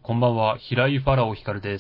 こんばんは、平井ファラオ光です。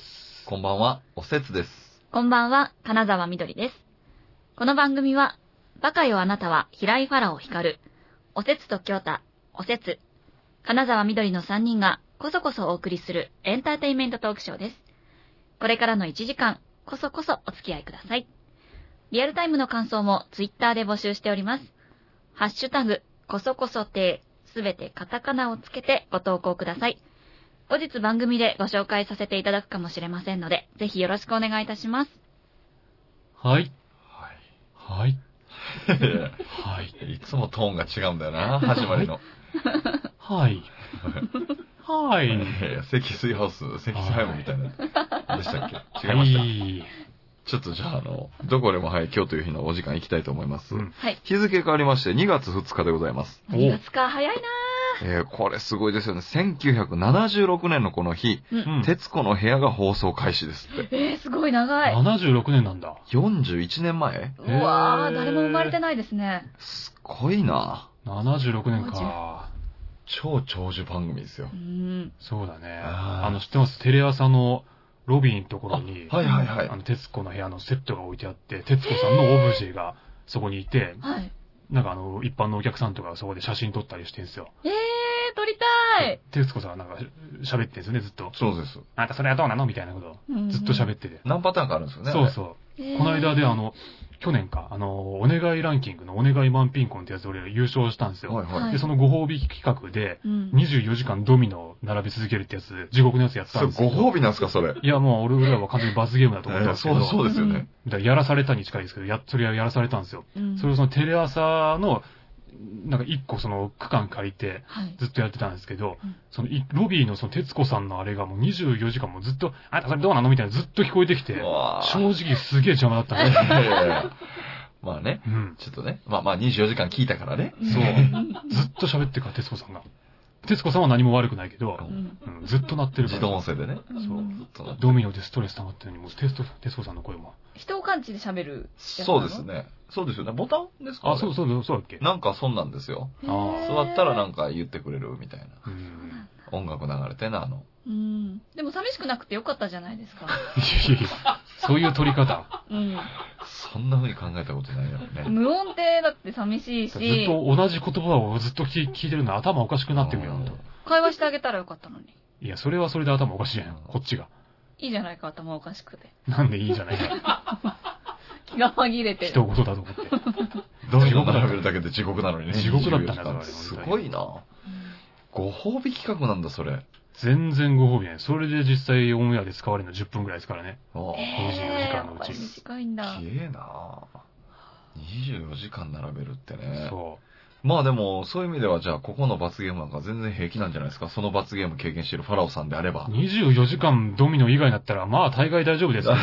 こんばんは、おせつです。 こんばんは、金沢みどりです。この番組は、バカよあなたは平井ファラオ光、おせつと京太、おせつ、金沢みどりの3人がこそこそお送りするエンターテインメントトークショーです。これからの1時間、こそこそお付き合いください。リアルタイムの感想もツイッターで募集しております。ハッシュタグ、こそこそ亭、すべてカタカナをつけてご投稿ください。後日番組でご紹介させていただくかもしれませんので、ぜひよろしくお願いいたします。 はい。 はい。 はい。 はい。いつもトーンが違うんだよな、始まりの。 はい。はい。 積水ハウス、積水ハイムみたいな。でしたっけ？違いました。はい。ちょっとじゃあ、どこでも今日という日のお時間行きたいと思います。 はい。 日付変わりまして2月2日でございます。 2月か、早いなこれすごいですよね。1976年のこの日、徹子の部屋が放送開始ですって。 すごい長い。 76年なんだ。 41年前？ うわー、誰も生まれてないですね。 すごいな。 76年か。 超長寿番組ですよ。 そうだね。知ってます？テレ朝のロビーのところに、 はいはいはい。 徹子の部屋のセットが置いてあって、徹子さんのオブジェがそこにいて、 はい。 なんか一般のお客さんとかそこで写真撮ったりしてるんですよ。 撮りたい。 徹子さんがなんか喋ってるんですよね、ずっと。 そうです。 なんかそれはどうなのみたいなことをずっと喋ってて。 何パターンかあるんですよね。 そうそう。この間で去年か、お願いランキングのお願いマンピンコンってやつで俺優勝したんですよ。 はいはい。 で、そのご褒美企画で、24時間ドミノを並べ続けるってやつ、地獄のやつやったんですよ。 ご褒美なんですか、それ。 いや、もう俺らは完全に罰ゲームだと思ったんですけど。 そうですよね。 やらされたに近いですけど、それはやらされたんですよ。それをそのテレ朝の、なんか一個その区間借りて、ずっとやってたんですけど、そのロビーのその徹子さんのあれがもう24時間もずっと、あんたそれどうなのみたいなずっと聞こえてきて、正直すげえ邪魔だったんですよ。 まあね、ちょっとね、まあ24時間聞いたからね。 そう。ずっと喋ってるから、徹子さんが。徹子さんは何も悪くないけど、ずっと鳴ってるから。 自動音声でね。 そう。ドミノでストレス溜まってるのに、もう徹子さんの声も。 人を感知で喋る。 そうですね。そうですよね。ボタンですか？ あ、そうだっけ？ なんかそんなんですよ。座ったらなんか言ってくれるみたいな。音楽流れてな、 でも寂しくなくてよかったじゃないですか。 そういう撮り方。 そんな風に考えたことないよね。 無音ってだって寂しいし。 ずっと同じ言葉をずっと聞いてるの頭おかしくなってくるよ。 会話してあげたらよかったのに。 いや、それはそれで頭おかしいじゃん。こっちが。 いいじゃないか、頭おかしくて。 なんでいいじゃないか。 気が紛れてる。 人事だと思って。 どういうこと並べるだけで地獄なのにね。 地獄だったんだから。 すごいな。ご褒美企画なんだ、それ。 全然ご褒美ない。それで実際オンエアで使われるの10分くらいですからね。 24 時間のうち。 短いんだ。 すげえな。24時間並べるってね。 そう。 まあでも、そういう意味では、じゃあ、ここの罰ゲームなんか全然平気なんじゃないですか。その罰ゲーム経験してるファラオさんであれば。 24時間ドミノ以外だったら、まあ大概大丈夫ですけど。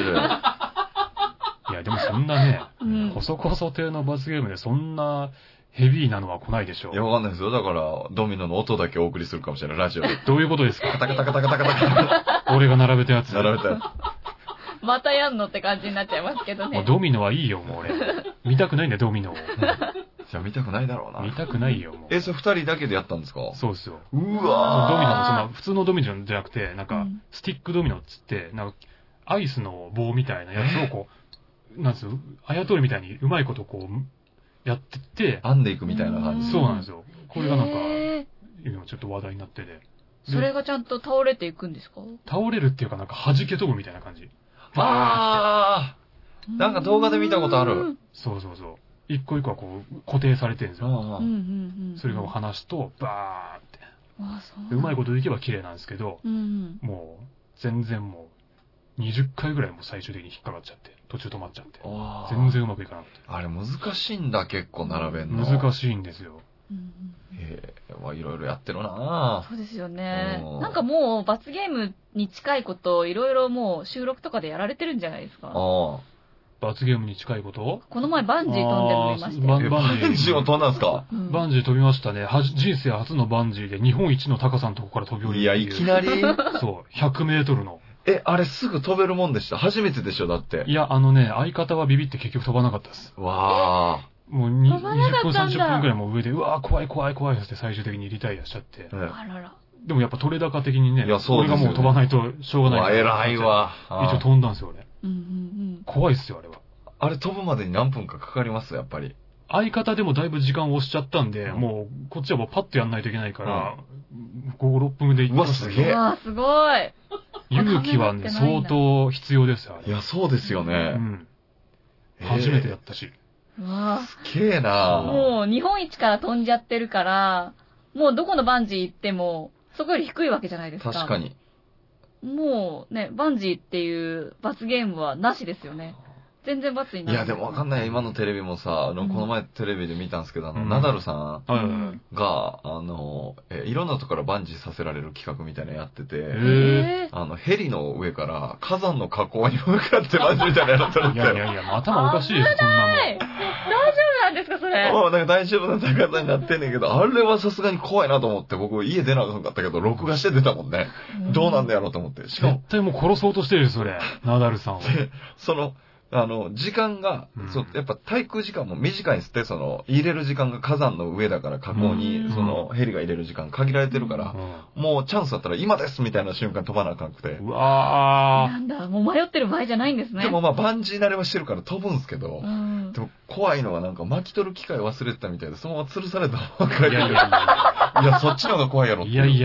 いや、でもそんなね、こそこそ亭の罰ゲームでそんなヘビーなのは来ないでしょう。 いや、わかんないですよ。だから、ドミノの音だけお送りするかもしれない、ラジオで。 どういうことですか？ カタカタカタカタカタ。 俺が並べたやつ。 並べたやつ。 またやんのって感じになっちゃいますけどね。 もうドミノはいいよ、もう俺。見たくないんだよ、ドミノを。 じゃあ見たくないだろうな。 見たくないよ、もう。 それ二人だけでやったんですか？ そうですよ。 うわドミノの、その、普通のドミノじゃなくて、なんか、スティックドミノっつって、なんか、アイスの棒みたいなやつをこう、なんですよ、あやとりみたいにうまいことこう、やってって、 編んでいくみたいな感じ。 そうなんですよ。これがなんか、今ちょっと話題になってて。 それがちゃんと倒れていくんですか？ 倒れるっていうかなんか弾け飛ぶみたいな感じ。 なんか動画で見たことある。 そう。一個一個はこう固定されてるんですよ。それが離すと、バーって。うまいことでいけば綺麗なんですけど、もう、全然もう、20回ぐらいも最終的に引っかかっちゃって、途中止まっちゃって。全然うまくいかなくて。 あれ難しいんだ、結構並べんの。 難しいんですよ。 いろいろやってるな。 そうですよね。なんかもう罰ゲームに近いこといろいろもう収録とかでやられてるんじゃないですか。 罰ゲームに近いこと？ この前バンジー飛んでもいましたよ。バンジーを飛んだんですか？ バンジー飛びましたね。人生初のバンジーで日本一の高さのとこから飛び降りる。 いや、いきなりそう、100メートルの。 あれすぐ飛べるもんでした？初めてでしょ、だって。 いや、相方はビビって結局飛ばなかったです。 わー。 もう20分30分くらいも上で、うわー怖いって最終的にリタイアしちゃって。 あらら。 でもやっぱ取れ高的にね、 いやそうですよ俺がもう飛ばないとしょうがないから。 偉いわ。 一応飛んだんですよ、俺。 うんうんうん。 怖いっすよ、あれは。 あれ飛ぶまでに何分かかかりますやっぱり。 相方でもだいぶ時間を押しちゃったんで、もう、こっちはもうパッとやんないといけないから、5、6分で行きましたうわすげえ。 うわ、すごい。 勇気はね、相当必要ですよ、 いや、そうですよね。 うん。初めてやったし。 うわすげえなもう日本一から飛んじゃってるから、もうどこのバンジー行っても、そこより低いわけじゃないですか。 確かに。 もうね、バンジーっていう罰ゲームはなしですよね。全然罰になる。 いや、でもわかんない。今のテレビもさ、この前テレビで見たんですけど、ナダルさんが、いろんなとこからバンジーさせられる企画みたいなのやってて、ヘリの上から火山の火口に向かってバンジーみたいなのやってるんですよ。 いやいやいや、頭おかしいですよ、そんなもん。 大丈夫なんですか、それ。 なんか大丈夫な高さになってんねんけど、あれはさすがに怖いなと思って、僕家出なかったけど、録画して出たもんね。どうなんだやろうと思って。しかも。 絶対もう殺そうとしてるよ、それ。ナダルさんを。 時間が、やっぱ滞空時間も短いんですって、入れる時間が火山の上だから火口に、ヘリが入れる時間限られてるから、もうチャンスだったら今ですみたいな瞬間飛ばなあかんくて。 うわー。 なんだ、もう迷ってる場合じゃないんですね。 でもバンジー慣れはしてるから飛ぶんですけど、でも怖いのはなんか巻き取る機械忘れてたみたいで、そのまま吊るされたばっかり。いや、そっちの方が怖いやろって。 いや。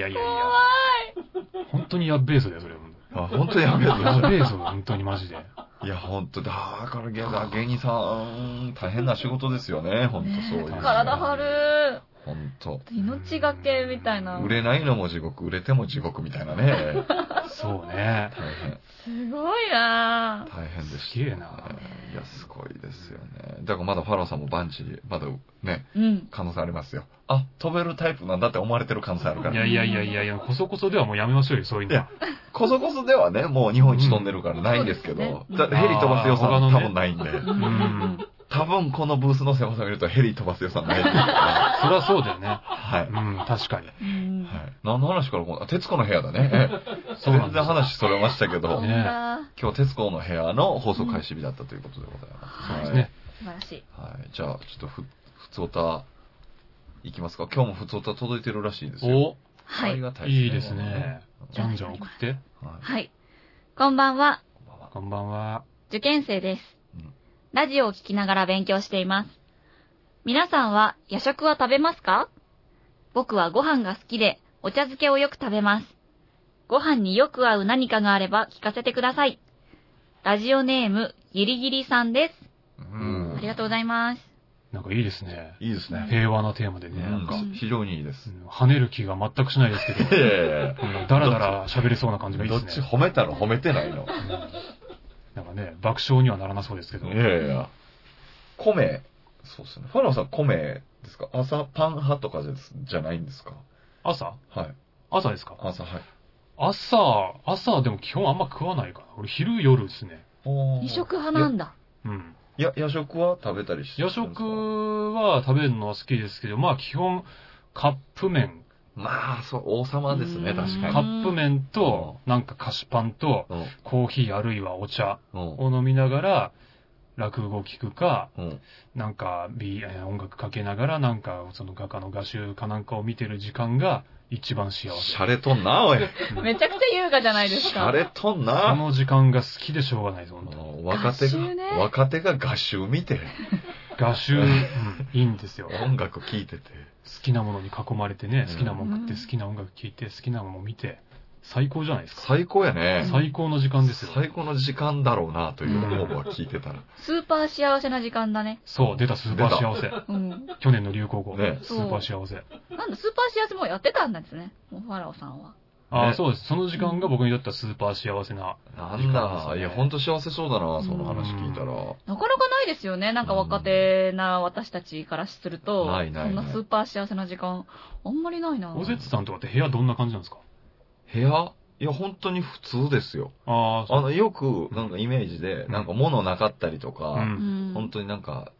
本当にやっべえぞだよ、それ。 本当にやべえぞ。 やべえぞ、本当にマジで。 いや、ほんと、だから芸人さん、大変な仕事ですよね、ほんとそういう。 体張る。 ほんと。 命がけみたいな。 売れないのも地獄、売れても地獄みたいなね。 そうね。 大変。 すごいな大変です。 すげえな。 いや、すごいですよね。だからまだファローさんもバンジー、まだね、可能性ありますよ。あ、飛べるタイプなんだって思われてる可能性あるから。 いや、こそこそではもうやめましょうよ、そういうの。いや、 こそこそではね、もう日本一飛んでるからないんですけど、ヘリ飛ばす予算多分ないんで。多分このブースの狭さを見るとヘリ飛ばす予算ないんで。そりゃそうだよね。 はい。 確かに。 はい。何の話から徹子の部屋だね。全然話それましたけど、今日徹子の部屋の放送開始日だったということでございます。 そうですね。 素晴らしい。 はい。じゃあ、ちょっとふつおた、いきますか。今日もふつおた届いてるらしいですよ。 おはい。 ありがたいいいですね。じゃんじゃん送って。 はい。こんばんは。 こんばんは。 受験生です。ラジオを聞きながら勉強しています。皆さんは夜食は食べますか？僕はご飯が好きでお茶漬けをよく食べます。ご飯によく合う何かがあれば聞かせてください。ラジオネームギリギリさんです。ありがとうございます。 なんかいいですね。 いいですね。 平和なテーマでね。 なんか非常にいいです。 跳ねる気が全くしないですけど。だらだら喋れそうな感じがいいですね。 どっち褒めたの褒めてないの？ なんかね、爆笑にはならなそうですけど。 いや。米、そうですね。ファラオさん米ですか？朝パン派とかじゃないんですか？ 朝？ はい。 朝ですか？ 朝、はい。 朝でも基本あんま食わないかな。俺昼夜ですね。 二食派なんだ。 いや、夜食は食べたりして夜食は食べるのは好きですけど、まあ基本カップ麺。 まあ、そう、王様ですね、確かに。 カップ麺と、なんか菓子パンと、コーヒーあるいはお茶を飲みながら、落語聞くか、なんか音楽かけながら、なんかその画家の画集かなんかを見てる時間が一番幸せ。 シャレとんな、おい。 めちゃくちゃ優雅じゃないですか。 シャレとんな。 その時間が好きでしょうがないぞ、本当。 若手が画集見て。 画集、いいんですよ。 音楽聴いてて。 好きなものに囲まれてね、好きなもの食って、好きな音楽聴いて、好きなもの見て、最高じゃないですか。 最高やね。 最高の時間ですよ。 最高の時間だろうな、という思うは聞いてたら。 スーパー幸せな時間だね。 そう、出たスーパー幸せ。去年の流行語。 ね。 スーパー幸せ。 なんだ、スーパー幸せもうやってたんですね。もうファラオさんは。 そうです。その時間が僕にとってはスーパー幸せな時間です。 なんだ、いや、ほんと幸せそうだな、その話聞いたら。 なかなかないですよね。なんか若手な私たちからすると。 ない。 そんなスーパー幸せな時間、あんまりないな。 おせつさんとかって部屋どんな感じなんですか？ 部屋？いや、本当に普通ですよ。よく、なんかイメージで、なんか物なかったりとか、本当になんか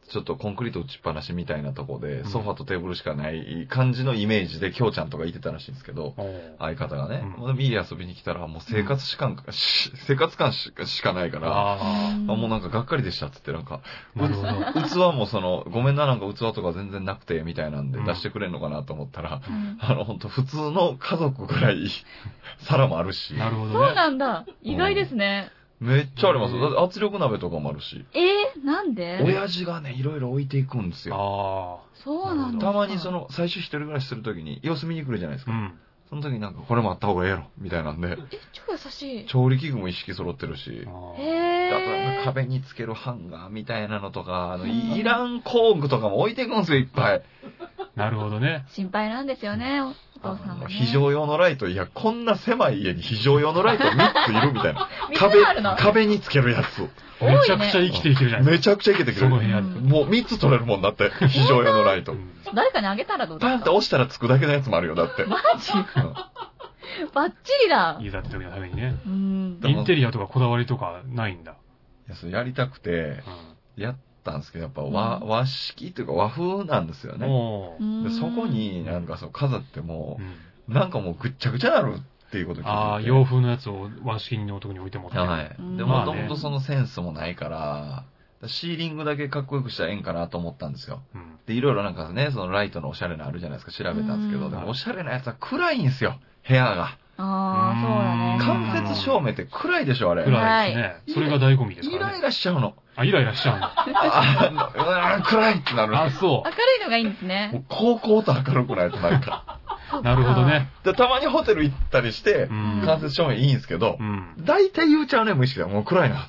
ちょっとコンクリート打ちっぱなしみたいなとこで、ソファとテーブルしかない感じのイメージで、きょうちゃんとかいてたらしいんですけど、相方がね、家遊びに来たらもう生活感しかないから、もうなんかがっかりでしたっつって、なんか、器もごめんな、なんか器とか全然なくて、みたいなんで出してくれんのかなと思ったら、本当普通の家族ぐらい皿もあるし。 なるほどね。 そうなんだ。意外ですね。 めっちゃあります。だって圧力鍋とかもあるし。 なんで？ 親父がね、いろいろ置いていくんですよ。 そうなんだ。 たまに最初一人暮らしするときに様子見に来るじゃないですか。その時になんか、これもあった方がええやろ、みたいなんで。 超優しい。 調理器具も一式揃ってるし。 へあと壁につけるハンガーみたいなのとか、いらん工具とかも置いていくんですよ、いっぱい。 なるほどね。 心配なんですよね、お父さんは、ね。 非常用のライト、いや、こんな狭い家に非常用のライト3ついるみたいな。壁につけるやつ。 めちゃくちゃ生きていけるじゃないですか。 めちゃくちゃ生きていける。その部屋で。もう3つ取れるもんだって、非常用のライト。 誰かにあげたらどうですか？ パンって押したらつくだけのやつもあるよ、だって。 マジ？バッチリだ。 いざって時のためにね。インテリアとかこだわりとかないんだ。 いや、それやりたくて、やったんですけど、やっぱ和式っていうか和風なんですよね。でそこになんか飾っても、なんかもうぐっちゃぐちゃなるっていうこと聞いて。 ああ、洋風のやつを和式のとこに置いてもらって。 はい。で、もともとそのセンスもないから、シーリングだけかっこよくしたらええんかなと思ったんですよ。で、いろいろなんかね、そのライトのおしゃれなあるじゃないですか、調べたんですけど、でもおしゃれなやつは暗いんですよ、部屋が。 ああ、そうだね。 間接照明って暗いでしょ、あれ。 暗いですね。それが醍醐味ですからね。 イライラしちゃうの。 あ、イライラしちゃうの。 暗いってなる。 あ、そう。 明るいのがいいんですね。 もう高校と明るくないとなんか。 なるほどね。 で、たまにホテル行ったりして、間接照明いいんですけど、大体言うちゃうね、無意識で。もう暗いなって。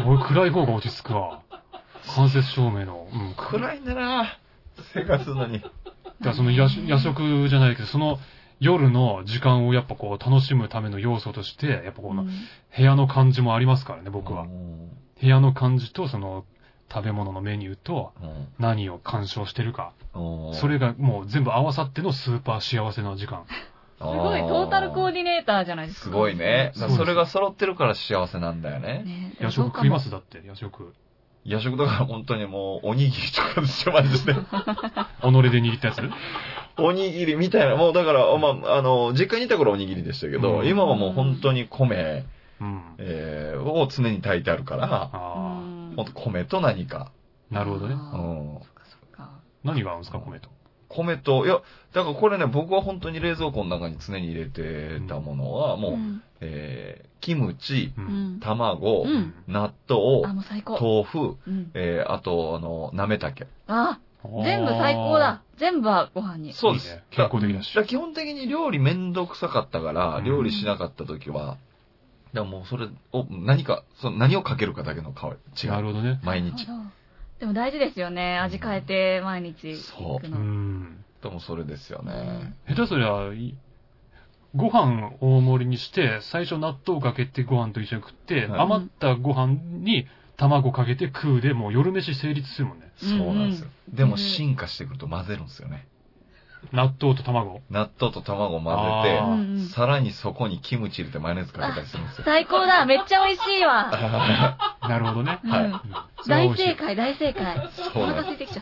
俺暗い方が落ち着くわ。間接照明の。 暗いんだな生活するのに。 だからその夜食じゃないけど、その夜の時間をやっぱこう楽しむための要素として、やっぱこの部屋の感じもありますからね、僕は。部屋の感じとその食べ物のメニューと何を鑑賞してるか。それがもう全部合わさってのスーパー幸せな時間。 すごい、トータルコーディネーターじゃないですか。 すごいね。それが揃ってるから幸せなんだよね。 夜食食いますだって、夜食。 夜食とか本当にもう、おにぎりとかですよ、マジで。己で握ったやつおにぎりみたいな、もうだから、実家にいた頃おにぎりでしたけど、今はもう本当に米、を常に炊いてあるから、本当米と何か。 なるほどね。何があるんですか、米と。 米と、いや、だからこれね、僕は本当に冷蔵庫の中に常に入れてたものは、もう、キムチ、卵、納豆、豆腐、あと、なめたけ。 全部最高だ。全部はご飯に。 そうです。 健康的だし。 基本的に料理めんどくさかったから、料理しなかった時は、もうそれを、何をかけるかだけの違う。 なるほどね。 毎日。 でも大事ですよね。味変えて毎日行くの。 でもそれですよね。 下手すりゃ、ご飯大盛りにして、最初納豆かけてご飯と一緒に食って、余ったご飯に卵かけて食うで、もう夜飯成立するもんね。 そうなんですよ。でも進化してくると混ぜるんですよね。 納豆と卵混ぜて、さらにそこにキムチ入れてマヨネーズかけたりするんですよ。 最高だ。めっちゃ美味しいわ。 なるほどね。 大正解、大正解。お腹空いてきちゃった。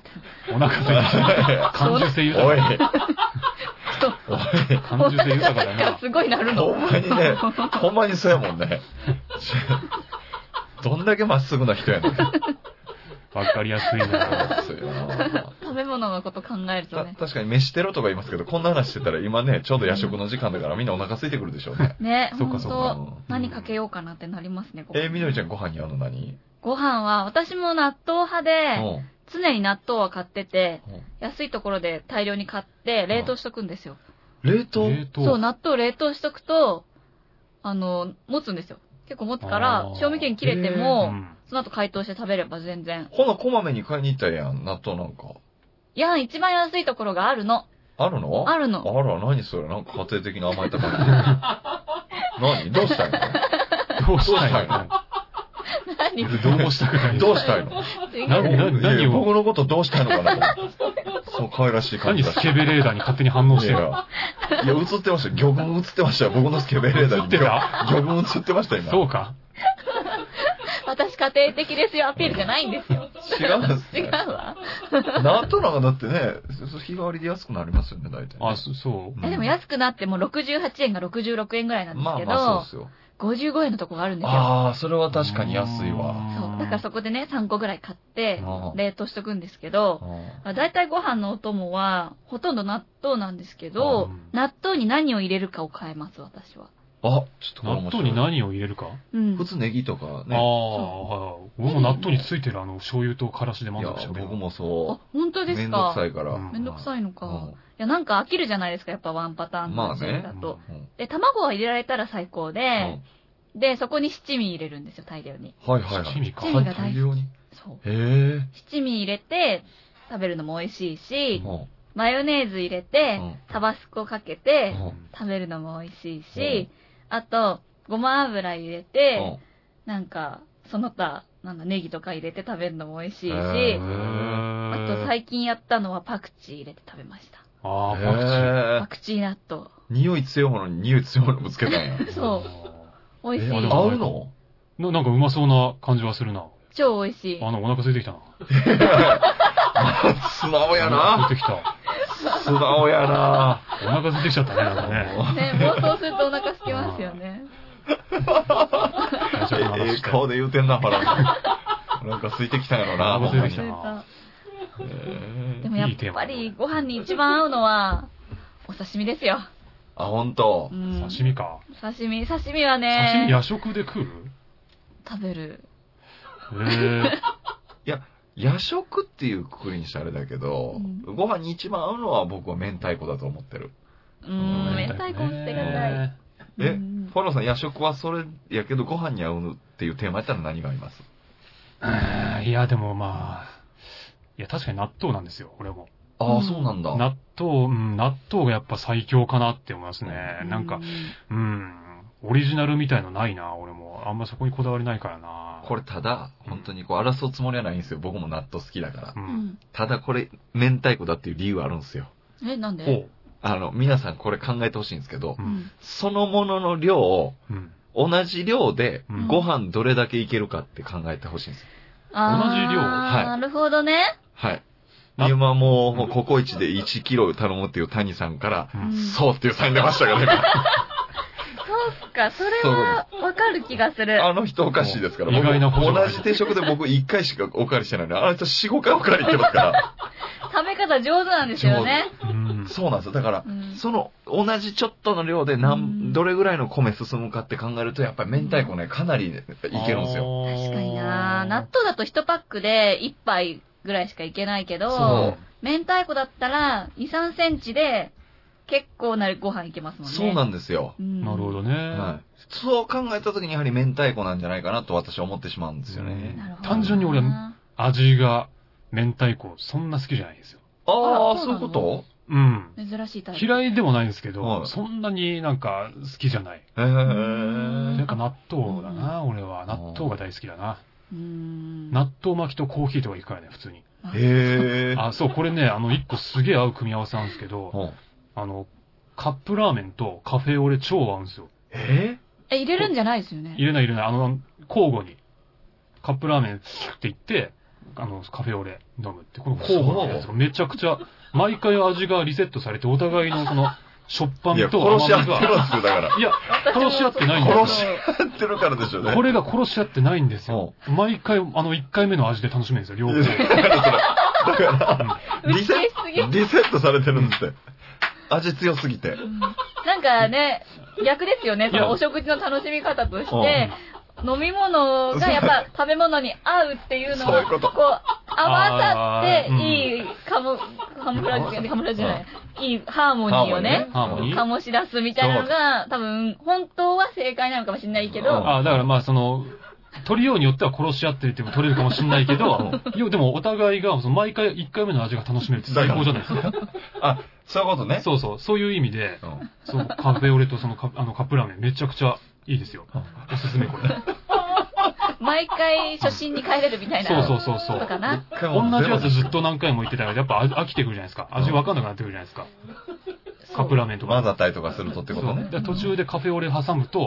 お腹空いてきちゃった。感受性豊か。感受性豊かだな。 すごいなるの。 ほんまにね、ほんまにそうやもんね。どんだけまっすぐな人やねん。 わかりやすいな。 食べ物のこと考えるとね。 確かに飯テロとか言いますけど、こんな話してたら今ね、ちょうど夜食の時間だからみんなお腹空いてくるでしょうね。 ね、そっかそっか。何かけようかなってなりますね、 みのりちゃんご飯に合うの何？ ご飯は、私も納豆派で、常に納豆は買ってて、安いところで大量に買って冷凍しとくんですよ。 冷凍？ そう、納豆冷凍しとくと、持つんですよ。結構持つから、賞味期限切れても、その後解凍して食べれば全然。 ほな、こまめに買いに行ったらやん、納豆なんか。 いや、一番安いところがあるの。 あるの？ あるの。 あら、何それ、なんか家庭的な甘えた感じ。何？どうしたいの？ どうしたいの？ 何？ どうしたくない？ どうしたいの？ 何を？ 僕のことどうしたいのかな？そう、可愛らしい感じ。 何スケベレーダーに勝手に反応してる？ いや、映ってました。魚群映ってましたよ。僕のスケベレーダーに。 映ってた？ 魚群映ってました、今。 そうか。 私家庭的ですよ、アピールじゃないんですよ。 違うんですね。 違うわ。 納豆なんかだってね、日替わりで安くなりますよね、大体、ね。 あ、そう。 でも安くなっても68円が66円ぐらいなんですけど、 そうですよ。 55円のとこがあるんですよ。 ああ、それは確かに安いわ。 そう。だからそこでね、3個ぐらい買って、冷凍しとくんですけど、だいたいご飯のお供は、ほとんど納豆なんですけど、納豆に何を入れるかを変えます、私は。 ちょっと納豆に何を入れるか、 普通ネギとかね。 僕も納豆についてる醤油とからしで満足したけど。 僕もそう。 あ、本当ですか。 めんどくさいから。 めんどくさいのか。いや、なんか飽きるじゃないですか、やっぱワンパターンの味だと。で、卵は入れられたら最高で、で、そこに七味入れるんですよ、大量に。 はいはい。 七味か。 七味が大好き。そう。 へえ。 七味入れて食べるのも美味しいし、マヨネーズ入れて、タバスコかけて食べるのも美味しいし、あと、ごま油入れて、なんか、その他、ネギとか入れて食べるのも美味しいし、あと最近やったのはパクチー入れて食べました。パクチー納豆。 匂い強いものに匂い強いものぶつけたんや。 そう。美味しい。 合うの？ なんかうまそうな感じはするな。 超美味しい。 お腹空いてきたな。 素直やな。 空いてきた。 素直やな。 お腹空いてきちゃったね、なんかね。 ね、妄想するとお腹空きますよね。 顔で言うてんな、ほら。なんか空いてきたんやろな。 お腹空いてきたな。 でもやっぱりご飯に一番合うのは、お刺身ですよ。 あ、ほんと。 刺身か。 刺身はね。 刺身夜食で食う？ 食べる。 いや、夜食っていうくくりにしたらあれだけど、ご飯に一番合うのは僕は明太子だと思ってる。 明太子捨てがたい。 フォローさん、夜食はそれやけどご飯に合うっていうテーマやったら何があります？ いや、でもまあ、いや、確かに納豆なんですよ、俺も。 ああ、そうなんだ。 納豆がやっぱ最強かなって思いますね。なんか、オリジナルみたいのないな、俺も。あんまそこにこだわりないからな。 これただ、本当に争うつもりはないんですよ。僕も納豆好きだから。ただこれ、明太子だっていう理由あるんですよ。 なんで？ 皆さんこれ考えてほしいんですけど、そのものの量を、同じ量でご飯どれだけいけるかって考えてほしいんですよ。 同じ量？ はい。なるほどね。 はい。今もう、ココイチで1キロ頼むっていう谷さんから、そうっていうサイン出ましたからね。 そうっか、それはわかる気がする。 あの人おかしいですから。意外な同じ定食で僕1回しかおかわりしてないのに、あの人4、5回おかわりしてますから。 食べ方上手なんですよね。 そうなんですよ。だから、その同じちょっとの量でどれぐらいの米進むかって考えると、やっぱり明太子ね、かなりいけるんですよ。 確かにな。納豆だと1パックで1杯ぐらいしかいけないけど、明太子だったら2、3センチで結構なご飯いけますもんね。 そうなんですよ。 なるほどね。 そう考えた時にやはり明太子なんじゃないかなと私は思ってしまうんですよね。 単純に俺は味が明太子そんな好きじゃないんですよ。 ああ、そういうこと？ 珍しいタイプ。 嫌いでもないんですけど、そんなになんか好きじゃない。やっぱ納豆だな、俺は。納豆が大好きだな。納豆巻きとコーヒーとかいくからね、普通に。そう、これね、一個すげえ合う組み合わせなんですけど、カップラーメンとカフェオレ超合うんですよ。 入れるんじゃないですよね。 入れない。交互に。カップラーメンって言って、カフェオレ飲むって、この交互のやつがめちゃくちゃ、毎回味がリセットされて、お互いのしょっぱみと甘みが。殺し合ってるんですよ、だから。 いや、殺し合ってないんですよ。 殺し合ってるからでしょうね。 これが殺し合ってないんですよ。毎回、1回目の味で楽しめるんですよ、両方。 だから、リセットされてるんですって。味強すぎて。 なんかね、逆ですよね、そのお食事の楽しみ方として、飲み物がやっぱ食べ物に合うっていうのを、こう、合わさって、いいカモフラージュじゃない、いいハーモニーをね、醸し出すみたいなのが、多分、本当は正解なのかもしれないけど。 だからまあ取るようによっては殺し合ってるっても取れるかもしれないけど、でもお互いが毎回1回目の味が楽しめるって最高じゃないですか。 そういうことね。 そういう意味で、カフェオレとカップラーメンめちゃくちゃいいですよ。おすすめこれ。 毎回初心に帰れるみたいな。 そう。 そうかな。 同じやつずっと何回も言ってたらやっぱ飽きてくるじゃないですか。味わかんなくなってくるじゃないですか。カップラーメンとか。 混ざったりとかするとってことね。 途中でカフェオレ挟むと、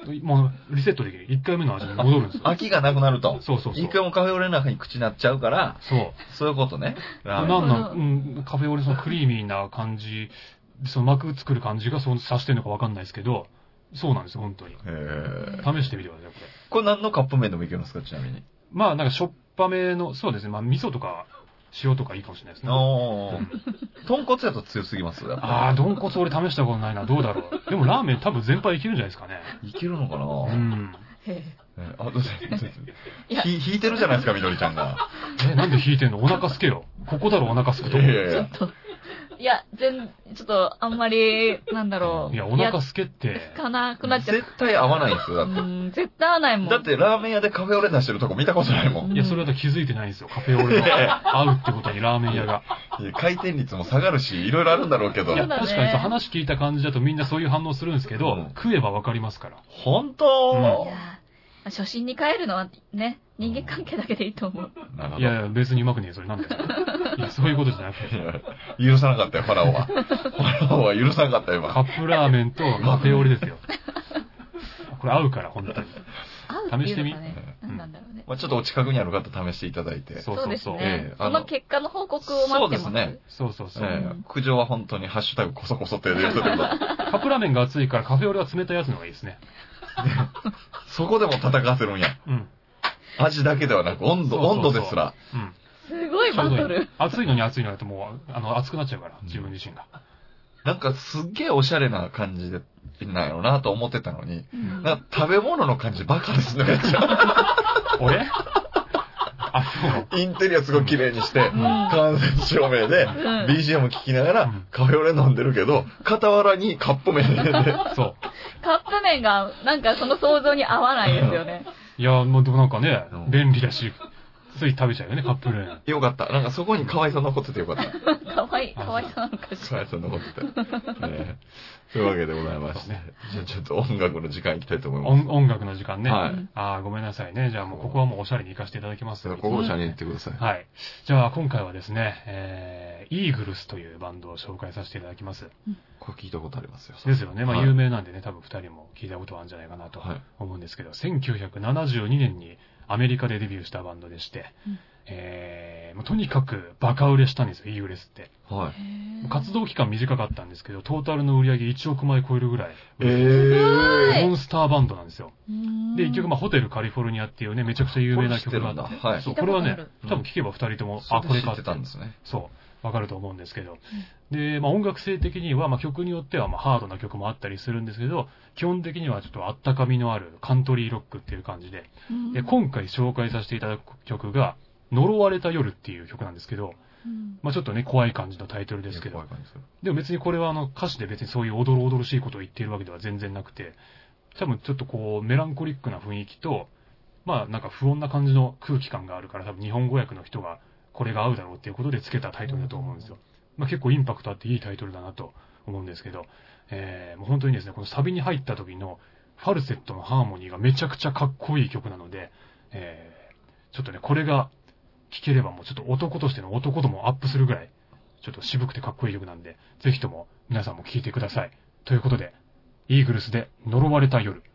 もうリセットできる。1回目の味に戻るんですよ。 飽きがなくなると。 そうそうそう。 1回もカフェオレの中に口になっちゃうから、 そう。 そういうことね。 カフェオレそのクリーミーな感じ、その膜作る感じがそう指してるのかわかんないですけど、そうなんですよ、本当に。試してみてください、 これ何のカップ麺でもいけるんですか、ちなみに。 まあ、なんかしょっぱめの、そうですね、まあ、味噌とか、塩とかいいかもしれないですね。 豚骨やと強すぎますああ、豚骨俺試したことないな。どうだろう。でもラーメン多分全般いけるんじゃないですかね。 いけるのかなうん。 あ、どうぞ。引いてるじゃないですか、みどりちゃんが。 なんで引いてんの？お腹すけよ。ここだろ、お腹すくと。 いや、ちょっと、あんまり、なんだろう。 いや、お腹すけって。 かなくなっちゃう。 絶対合わないんですよ、だって。 絶対合わないもん。 だってラーメン屋でカフェオレ出してるとこ見たことないもん。 いや、それだと気づいてないんですよ。カフェオレが合うってことにラーメン屋が。 いや、回転率も下がるし、いろいろあるんだろうけど。 いや、確かにそう話聞いた感じだとみんなそういう反応するんですけど、食えばわかりますから。 本当？ 初心に帰るのはね、人間関係だけでいいと思う。 いやいや、別にうまくねえ、それなんだよ。いや、そういうことじゃなくて。 許さなかったよ、ファラオは。ファラオは許さなかったよ、今。 カップラーメンとカフェオレですよ。これ合うから、本当に。試してみ。 なんだろうね。 まあちょっとお近くにある方試していただいて。 そうですね。その結果の報告を待ってます。 そうですね。 そう。 苦情は本当にハッシュタグコソコソってやる人でも。 カップラーメンが熱いからカフェオレは冷たいやつの方がいいですね。 そこでも戦わせるんや。味だけではなく、温度ですら。 すごいバトル。 熱いのに熱いのだともう、熱くなっちゃうから、自分自身が。 なんかすっげえおしゃれな感じで、なんやろなと思ってたのに、なんか食べ物の感じバカですね、めっちゃ。 俺インテリアすごい綺麗にして、間接照明で、BGM 聴きながら、カフェオレ飲んでるけど、傍らにカップ麺で。そう。 カップ麺が、なんかその想像に合わないですよね。 いや、もうでもなんかね、便利だし、つい食べちゃうよね、カップ麺。 よかった。なんかそこに可愛さ残っててよかった。 可愛さなのかしら。 可愛さ残ってて。というわけでございまして。じゃあちょっと音楽の時間行きたいと思います。 音楽の時間ね。 はい。 ごめんなさいね。じゃあもうここはもうおしゃれに行かせていただきます。 ここおしゃれに行ってください。 はい。じゃあ今回はですね、イーグルスというバンドを紹介させていただきます。 これ聞いたことありますよ。 ですよね。まあ有名なんでね、多分二人も聞いたことあるんじゃないかなと思うんですけど、1972年にアメリカでデビューしたバンドでして、とにかくバカ売れしたんですよ、イーグルスって。はい。活動期間短かったんですけど、トータルの売り上げ1億枚超えるぐらい。モンスターバンドなんですよ。で、一曲、ホテルカリフォルニアっていうね、めちゃくちゃ有名な曲があって。はい。そう、これはね、多分聴けば二人とも、これかって。そう。わかると思うんですけど。で、音楽性的には、曲によっては、ハードな曲もあったりするんですけど、基本的にはちょっとあったかみのあるカントリーロックっていう感じで、今回紹介させていただく曲が、呪われた夜っていう曲なんですけど、ちょっとね、怖い感じのタイトルですけど、でも別にこれは歌詞で別にそういうおどろおどろしいことを言っているわけでは全然なくて、多分ちょっとこう、メランコリックな雰囲気と、なんか不穏な感じの空気感があるから、多分日本語訳の人がこれが合うだろうっていうことで付けたタイトルだと思うんですよ。結構インパクトあっていいタイトルだなと思うんですけど、もう本当にですね、このサビに入った時のファルセットのハーモニーがめちゃくちゃかっこいい曲なので、ちょっとね、これが聴ければもうちょっと男としての男度もアップするぐらい、ちょっと渋くてかっこいい曲なんで、ぜひとも皆さんも聴いてください。ということで、イーグルスで呪われた夜。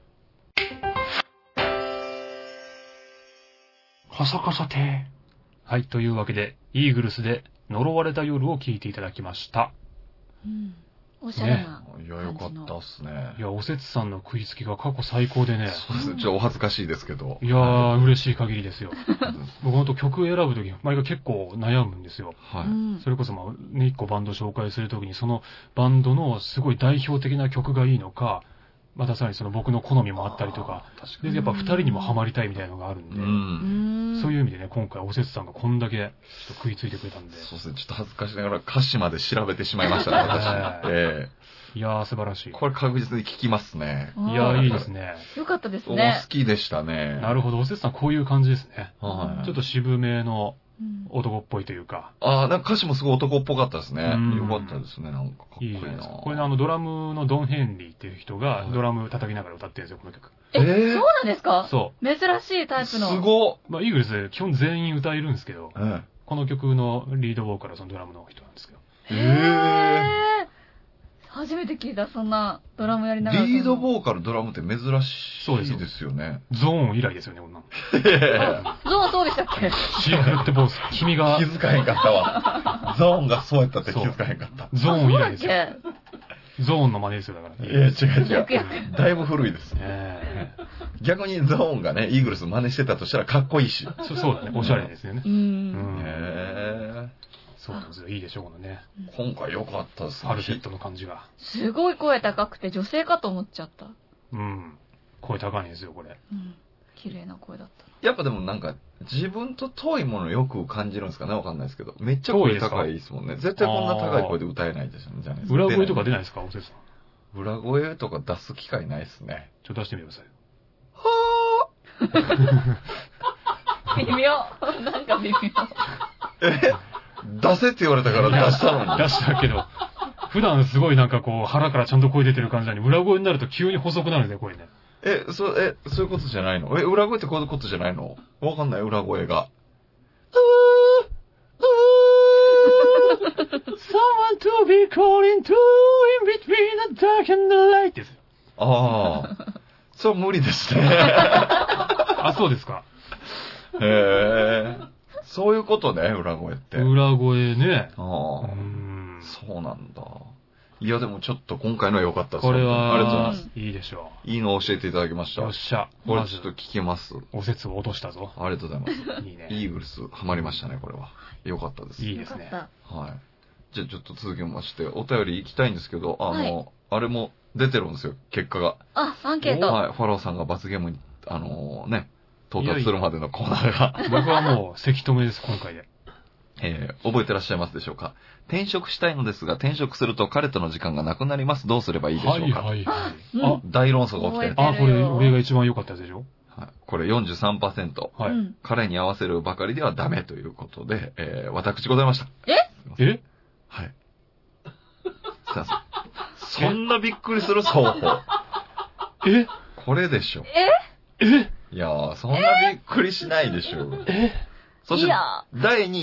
カサカサて。はい、というわけで、イーグルスで呪われた夜を聴いていただきました。 おしゃれな。 いや、よかったっすね。 いや、おせつさんの食いつきが過去最高でね。 そうですね。ちょっとお恥ずかしいですけど。 いやー、嬉しい限りですよ。僕ほんと曲選ぶとき、毎回結構悩むんですよ。はい。それこそね、一個バンド紹介するときに、そのバンドのすごい代表的な曲がいいのか、またさらにその僕の好みもあったりとか、で、やっぱ二人にもハマりたいみたいなのがあるんで、そういう意味でね、今回おせつさんがこんだけちょっと食いついてくれたんで。 そうですね、ちょっと恥ずかしながら歌詞まで調べてしまいましたね、私。 いやー、素晴らしい。 これ確実に聴きますね。 いやー、いいですね。 よかったですね。 好きでしたね。 なるほど、おせつさんこういう感じですね。はい。ちょっと渋めの男っぽいというか。 なんか歌詞もすごい男っぽかったですね。よかったですね、なんかかっこいいな。 これドラムのドン・ヘンリーっていう人がドラム叩きながら歌ってるんですよ、この曲。 そうなんですか？ そう。 珍しいタイプの。 すごっ。 イーグルス基本全員歌えるんですけど、この曲のリードボーカルはそのドラムの人なんですけど。 初めて聞いた、そんなドラムやりながら。 リードボーカル、ドラムって珍しいですよね。 ゾーン以来ですよね、こんなの。 ゾーンそうでしたっけ？ シークレットボース、君が。 気づかへんかったわ。ゾーンがそうやったって気づかへんかった。 ゾーン以来ですよ。ゾーンの真似ですよ、だから。 いや、違う。だいぶ古いです。逆にゾーンがね、イーグルス真似してたとしたらかっこいいし。 そうだね、おしゃれですよね。そうなんですよ。いいでしょう、このね。 今回良かったですね。ファルセットの感じが。 すごい声高くて女性かと思っちゃった。 うん。声高いんですよ、これ。 うん。綺麗な声だった。 やっぱでもなんか、自分と遠いものをよく感じるんですかね、わかんないですけど。めっちゃ声高いですもんね。絶対こんな高い声で歌えないですよね、じゃないですか。 裏声とか出ないですか、おせさん。裏声とか出す機会ないですね。 ちょっと出してみてください。 はぁ微妙。なんか微妙。 出せって言われたから出したのに。 出したけど、普段すごいなんかこう腹からちゃんと声出てる感じなのに、裏声になると急に細くなるね、声ね。 そういうことじゃないの？裏声ってこういうことじゃないの？わかんない、裏声が。 Someone to be calling to in between the dark and the light ですよ。 ああ。そう無理ですね。 あ、そうですか。 へえ。そういうことね、裏声って。 裏声ね。 ああ。そうなんだ。いや、でもちょっと今回のは良かったです。 これは、 ありがとうございます。 いいでしょう。いいのを教えていただきました。 よっしゃ。 これちょっと聞きます。 お説を落としたぞ。 ありがとうございます。 いいね。 イーグルス、ハマりましたね、これは。良かったです。 いいですね。 はい。じゃあちょっと続きまして、お便り行きたいんですけど、あれも出てるんですよ、結果が。 あ、アンケート。 はい。ファローさんが罰ゲームに、到達するまでのコーナーが。 僕はもう、せき止めです、今回で。 覚えてらっしゃいますでしょうか？転職したいのですが、転職すると彼との時間がなくなります。どうすればいいでしょうか？ はい。 大論争が起きてる。 これ、俺が一番良かったやつでしょ？ はい。これ 43%。 はい。 彼に合わせるばかりではダメということで、私ございました。 え？ はい。すいません。そんなびっくりする双方。これでしょ。いやー、そんなびっくりしないでしょ。そして、第2位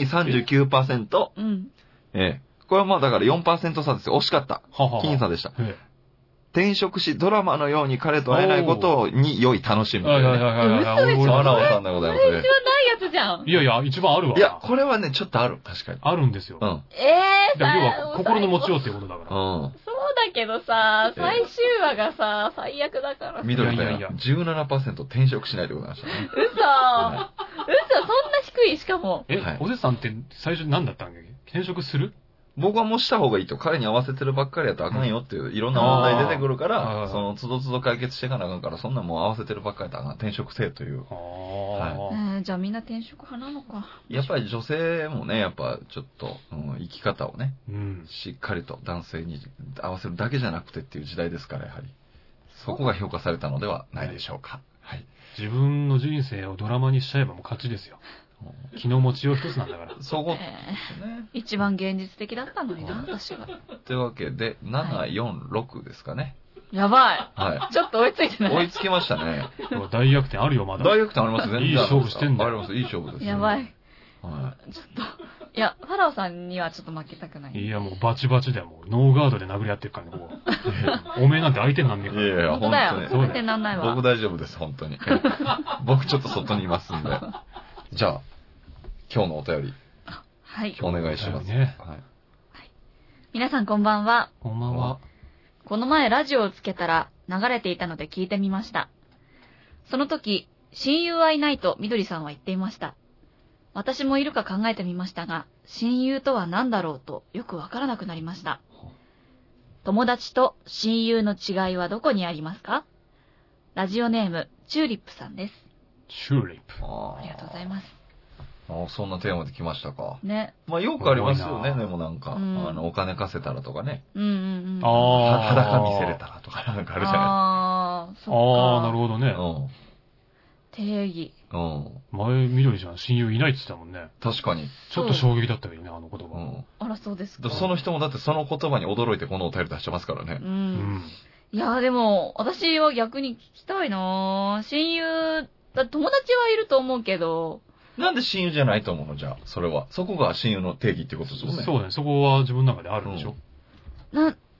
39%。 うん。 これはまあだから 4% 差ですよ。惜しかった。僅差でした。転職し、ドラマのように彼と会えないことに良い楽しみ。 嘘でしょ？ ワラオさんでございます。 これ一番ないやつじゃん。 いや、一番あるわ。 いや、これはね、ちょっとある。確かに。 あるんですよ。 うん。 要は、心の持ちようっていうことだから。 そうだけどさ、最終話がさ、最悪だから。 緑だよ。17% 転職しないでございましたね。 嘘、そんな低いしかも。 おせさんって最初何だったんだっけ？転職する？ 僕はもうした方がいいと。彼に合わせてるばっかりやとあかんよっていう、いろんな問題出てくるから、その都度都度解決していかなあかんから、そんなもう合わせてるばっかりやとあかん。転職せえという。 じゃあみんな転職派なのか。 やっぱり女性もね、やっぱちょっと、生き方をね、しっかりと男性に合わせるだけじゃなくてっていう時代ですから、やはり。そこが評価されたのではないでしょうか。はい。 自分の人生をドラマにしちゃえばもう勝ちですよ。気の持ちよう一つなんだから。 そこ、 一番現実的だったのにな、私は。 というわけで、7、4、6ですかね。 やばい。 はい。 ちょっと追いついてない。 追いつきましたね。 大逆転あるよ、まだ。 大逆転あります、全然。 いい勝負してんだよ。 あります、いい勝負です。 やばい。 はい。ちょっと、いや、ファラオさんにはちょっと負けたくない。 いや、もうバチバチだよ、もう。ノーガードで殴り合ってるからね、ここ。おめえなんて相手になんねえから。 いやいや、 本当だよ。相手になんないわ。 僕大丈夫です、本当に。僕ちょっと外にいますんで。じゃあ、今日のお便り。 はい。 お願いします。 ね。 はい。皆さんこんばんは。 こんばんは。 この前ラジオをつけたら流れていたので聞いてみました。その時、親友はいないとみどりさんは言っていました。私もいるか考えてみましたが、親友とは何だろうとよくわからなくなりました。友達と親友の違いはどこにありますか？ラジオネーム、チューリップさんです。 チューリップ。 ありがとうございます。 そんなテーマで来ましたか。 ね。 まあよくありますよね、でもなんか、お金貸せたらとかね。裸見せれたらとかなんかあるじゃないですか。 なるほどね。 定義。 前、みどりちゃん親友いないって言ってたもんね。 確かに。 ちょっと衝撃だったけどね、あの言葉。 あら、そうですか。 その人もだってその言葉に驚いてこのお便り出してますからね。 いや、でも、私は逆に聞きたいな親友、友達はいると思うけど。 なんで親友じゃないと思うのじゃあ、それは。そこが親友の定義ってことですよね。 そうね、そこは自分の中であるんでしょ。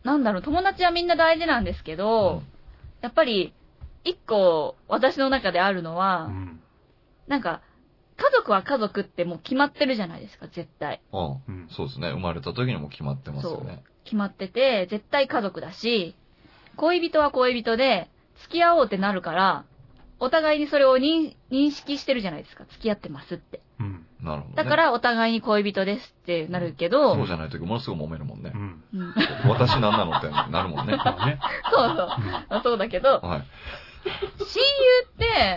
なんだろう、友達はみんな大事なんですけど、やっぱり、一個、私の中であるのは、なんか、家族は家族ってもう決まってるじゃないですか、絶対。 そうですね。生まれた時にも決まってますよね。 決まってて、絶対家族だし、恋人は恋人で、付き合おうってなるから、お互いにそれを認識してるじゃないですか。付き合ってますって。 なるほど、ね。 だからお互いに恋人ですってなるけど。 そうじゃないときものすごく揉めるもんね。私何なのってなるもんね。 そう。そうだけど、親友って、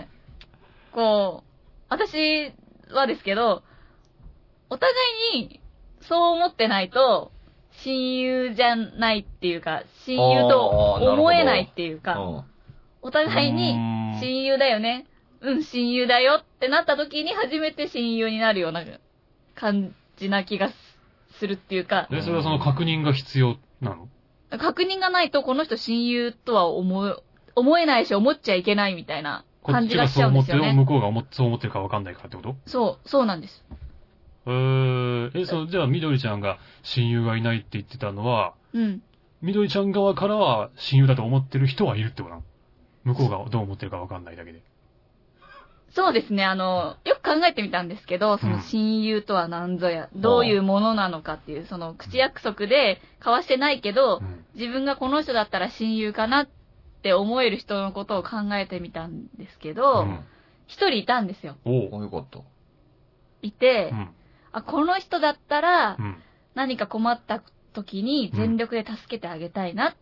こう、私はですけど、お互いにそう思ってないと、親友じゃないっていうか、親友と思えないっていうか、お互いに親友だよね。親友だよってなった時に初めて親友になるような感じな気がするっていうか。 それはその確認が必要なの？ 確認がないとこの人親友とは思えないし思っちゃいけないみたいな感じがしちゃうんですよね。 向こうがそう思ってるか分かんないからってこと？ そうなんです。 じゃあみどりちゃんが親友がいないって言ってたのは、みどりちゃん側からは親友だと思ってる人はいるってことなの？向こうがどう思ってるか分かんないだけで。 そうですね。よく考えてみたんですけど、その親友とは何ぞや、どういうものなのかっていう、その口約束で交わしてないけど、自分がこの人だったら親友かなって思える人のことを考えてみたんですけど、一人いたんですよ。 よかった。 いて、この人だったら、何か困った時に全力で助けてあげたいなって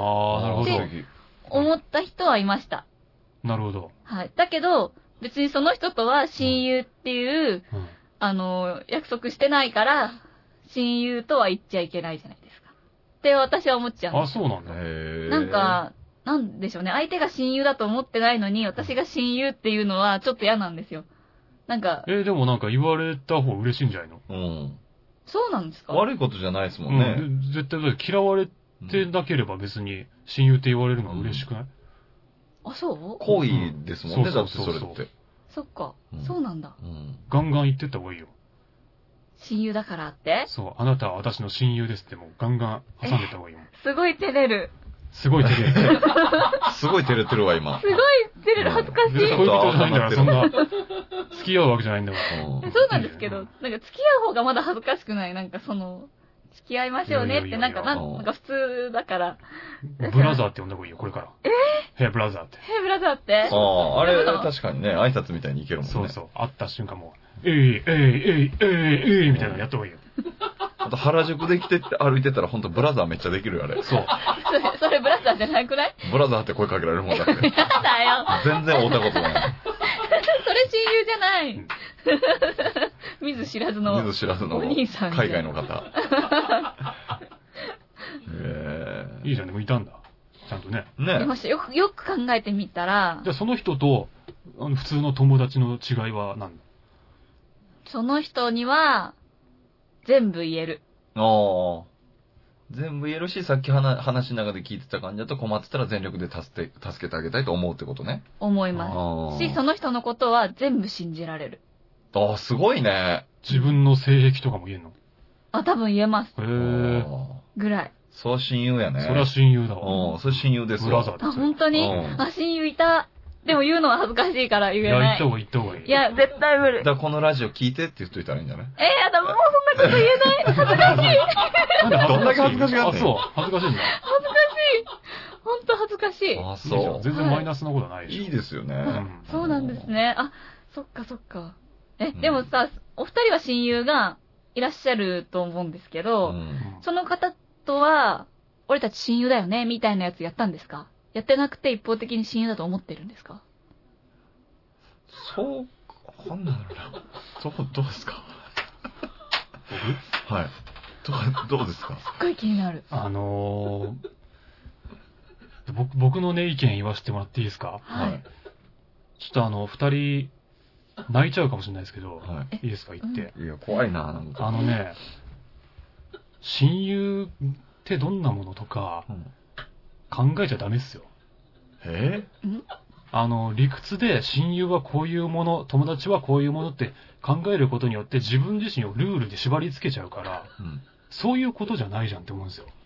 思った人はいました。 なるほど。 はい。だけど、別にその人とは親友っていう、約束してないから、親友とは言っちゃいけないじゃないですか。って私は思っちゃうんです。 そうなんだ。 なんか、なんでしょうね。相手が親友だと思ってないのに、私が親友っていうのはちょっと嫌なんですよ。なんか。 でもなんか言われた方が嬉しいんじゃないの？ そうなんですか？ 悪いことじゃないですもんね。 絶対嫌われてなければ別に親友って言われるのは嬉しくない？ そう好意ですもんね、だってそれって。 そっか、そうなんだ。 ガンガン言ってった方がいいよ。 親友だからって？ そう、あなたは私の親友ですってもうガンガン挟んでった方がいいよ。 すごい照れる。 すごい照れる。 すごい照れてるわ、今。 すごい照れる、恥ずかしい。 恋人じゃないんだから、そんな、付き合うわけじゃないんだから。 そうなんですけど、なんか付き合う方がまだ恥ずかしくない？なんか付き合いましょうねって、なんか普通だから。 ブラザーって呼んだ方がいいよ、これから。ヘイブラザーって。 ヘイブラザーって？ あれ、確かにね、挨拶みたいにいけるもんね。 そう。会った瞬間もう、みたいなのやった方がいいよ。 あと原宿で来て歩いてたらほんとブラザーめっちゃできるよ、あれ。 そう。 それブラザーじゃなくない？ ブラザーって声かけられるもんだって。やだよ。全然会ったことない。 それ親友じゃない。見ず知らずのお兄さん。 海外の方。 いいじゃん、でもいたんだ。ちゃんとね。 いました。よく考えてみたら。 じゃあその人と、普通の友達の違いは何？ その人には、全部言える。 全部言えるし、さっき話の中で聞いてた感じだと困ってたら全力で助けてあげたいと思うってことね。 思います。その人のことは全部信じられる。 すごいね。 自分の性癖とかも言えんの？ 多分言えます。ぐらい。 それは親友やね。 それは親友だわ。 それ親友ですわ。 ブラザーですよ。 本当に？親友いた。でも言うのは恥ずかしいから言えない。 言った方がいい。 いや、絶対無理。 だからこのラジオ聞いてって言っといたらいいんじゃない？ やだ、もうそんなこと言えない。恥ずかしい。 どんだけ恥ずかしがってんの？ 恥ずかしいんだ。 恥ずかしい。ほんと恥ずかしい。 そう。全然マイナスなことはないでしょ。 いいですよね。 そうなんですね。そっか。でもさ、お二人は親友がいらっしゃると思うんですけど、その方とは、俺たち親友だよね、みたいなやつやったんですか？やってなくて一方的に親友だと思ってるんですか？ なんだろうな。どうですか？はい。どうですか？ すっごい気になる。 僕のね、意見言わせてもらっていいですか？ はい。 ちょっと二人、泣いちゃうかもしれないですけど、いいですか？言って。 いや、怖いな、なんか。 親友ってどんなものとか、考えちゃダメっすよ。理屈で親友はこういうもの、友達はこういうものって考えることによって自分自身をルールで縛り付けちゃうから、そういうことじゃないじゃんって思うんですよ。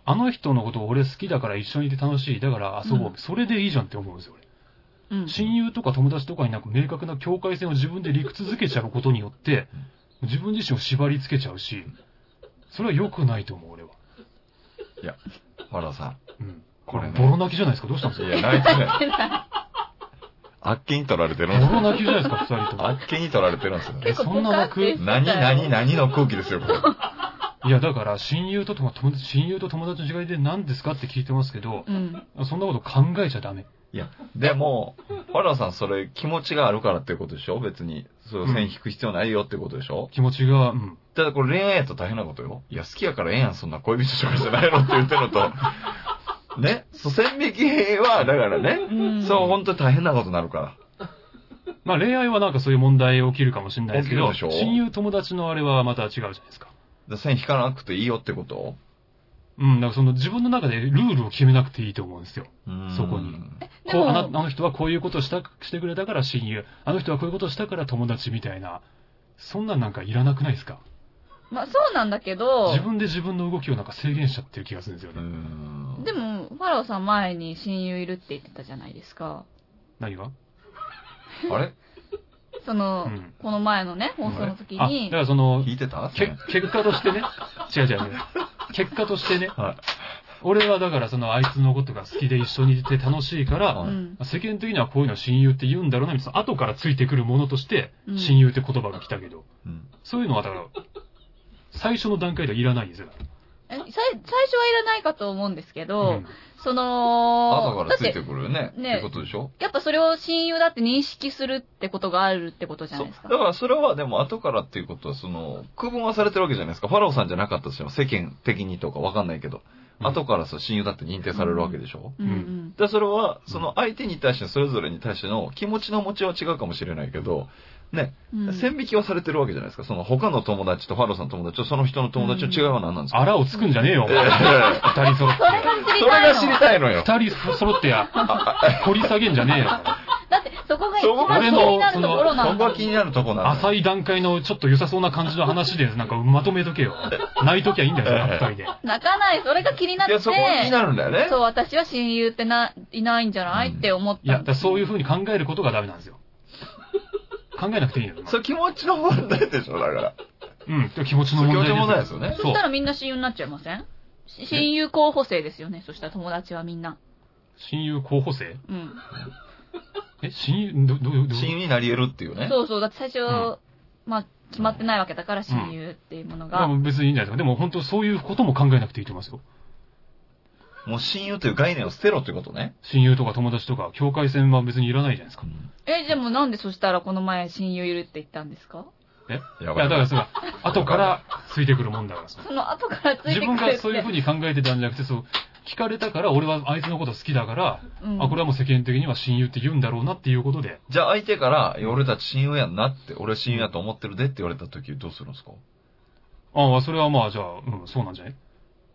あの人のことを俺好きだから一緒にいて楽しい。だから遊ぼう。それでいいじゃんって思うんですよ、俺。親友とか友達とかになんか明確な境界線を自分で理屈づけちゃうことによって、自分自身を縛り付けちゃうし、それは良くないと思う、俺は。 いや、原田さん。 これ、ボロ泣きじゃないですか。どうしたんですか？ いや、泣いてない。あっけに取られてるんですよ。 ボロ泣きじゃないですか、二人とも。 あっけに取られてるんですよ。 そんな泣く？ 何の空気ですよ、これ。 いや、だから、親友と友達の違いで何ですかって聞いてますけど、そんなこと考えちゃダメ。 いや、でも、原田さんそれ気持ちがあるからってことでしょ？別に。そう線引く必要ないよってことでしょ？ 気持ちが、 ただこれ恋愛やと大変なことよ。いや、好きやからええやん、そんな恋人とかじゃないのって言ってるのと、ね、線引きは、だからね、そう、本当に大変なことになるから。 まあ恋愛はなんかそういう問題起きるかもしれないですけど、親友友達のあれはまた違うじゃないですか。 線引かなくていいよってこと？ だからその自分の中でルールを決めなくていいと思うんですよ。そこに。あの人はこういうことをしてくれたから親友。あの人はこういうことをしたから友達みたいな。そんなんかいらなくないですか？ まあそうなんだけど。 自分で自分の動きをなんか制限しちゃってる気がするんですよね。 でも、ファラオさん前に親友いるって言ってたじゃないですか。 何が？ あれ？ この前のね、放送の時に。 だから聞いてた？ 結果としてね。違う。結果としてね。俺はだからあいつのことが好きで一緒にいて楽しいから、世間的にはこういうの親友って言うんだろうな、後からついてくるものとして、親友って言葉が来たけど、そういうのはだから、最初の段階ではいらないんですよ。 最初はいらないかと思うんですけど、 後からついてくるよね。ってことでしょ？ やっぱそれを親友だって認識するってことがあるってことじゃないですか。 だからそれはでも後からっていうことは区分はされてるわけじゃないですか。ファラオさんじゃなかったとしても世間的にとかわかんないけど、後から親友だって認定されるわけでしょ？で、それは相手に対してそれぞれに対しての気持ちの持ちは違うかもしれないけど、ね、線引きはされてるわけじゃないですか。他の友達とファローさんの友達とその人の友達の違いは何なんですか？ あらをつくんじゃねえよ、お前。二人揃って。 それが知りたいのよ。 二人揃って掘り下げんじゃねえよ。 だってそこが一番気になるところなんだ。 そこが気になるところなんだ。 浅い段階のちょっと良さそうな感じの話で、なんかまとめとけよ。泣いときゃいいんだよ、二人で。 泣かない、それが気になって。いや、 そこが気になるんだよね。 そう、私は親友っていないんじゃないって思った。 いや、そういう風に考えることがダメなんですよ。考えなくていいのよ。 それ気持ちの問題でしょ、だから。 気持ちの問題です。 気持ちの問題ですよね。 そしたらみんな親友になっちゃいません？親友候補生ですよね。そしたら友達はみんな。 親友候補生？親友、 親友になり得るっていうね。 そう。だって最初、決まってないわけだから親友っていうものが。 別にいいんじゃないですか。でも本当そういうことも考えなくていいと思いますよ。 もう親友という概念を捨てろってことね。 親友とか友達とか境界線は別にいらないじゃないですか。 でもなんでそしたらこの前親友いるって言ったんですか？ いや、だから後からついてくるもんだから。 その後からついてくる。 自分がそういう風に考えてたんじゃなくて、聞かれたから俺はあいつのこと好きだから、これはもう世間的には親友って言うんだろうなっていうことで。 じゃあ相手から、俺たち親友やんなって、俺親友やと思ってるでって言われた時どうするんですか？ それはじゃあ、そうなんじゃない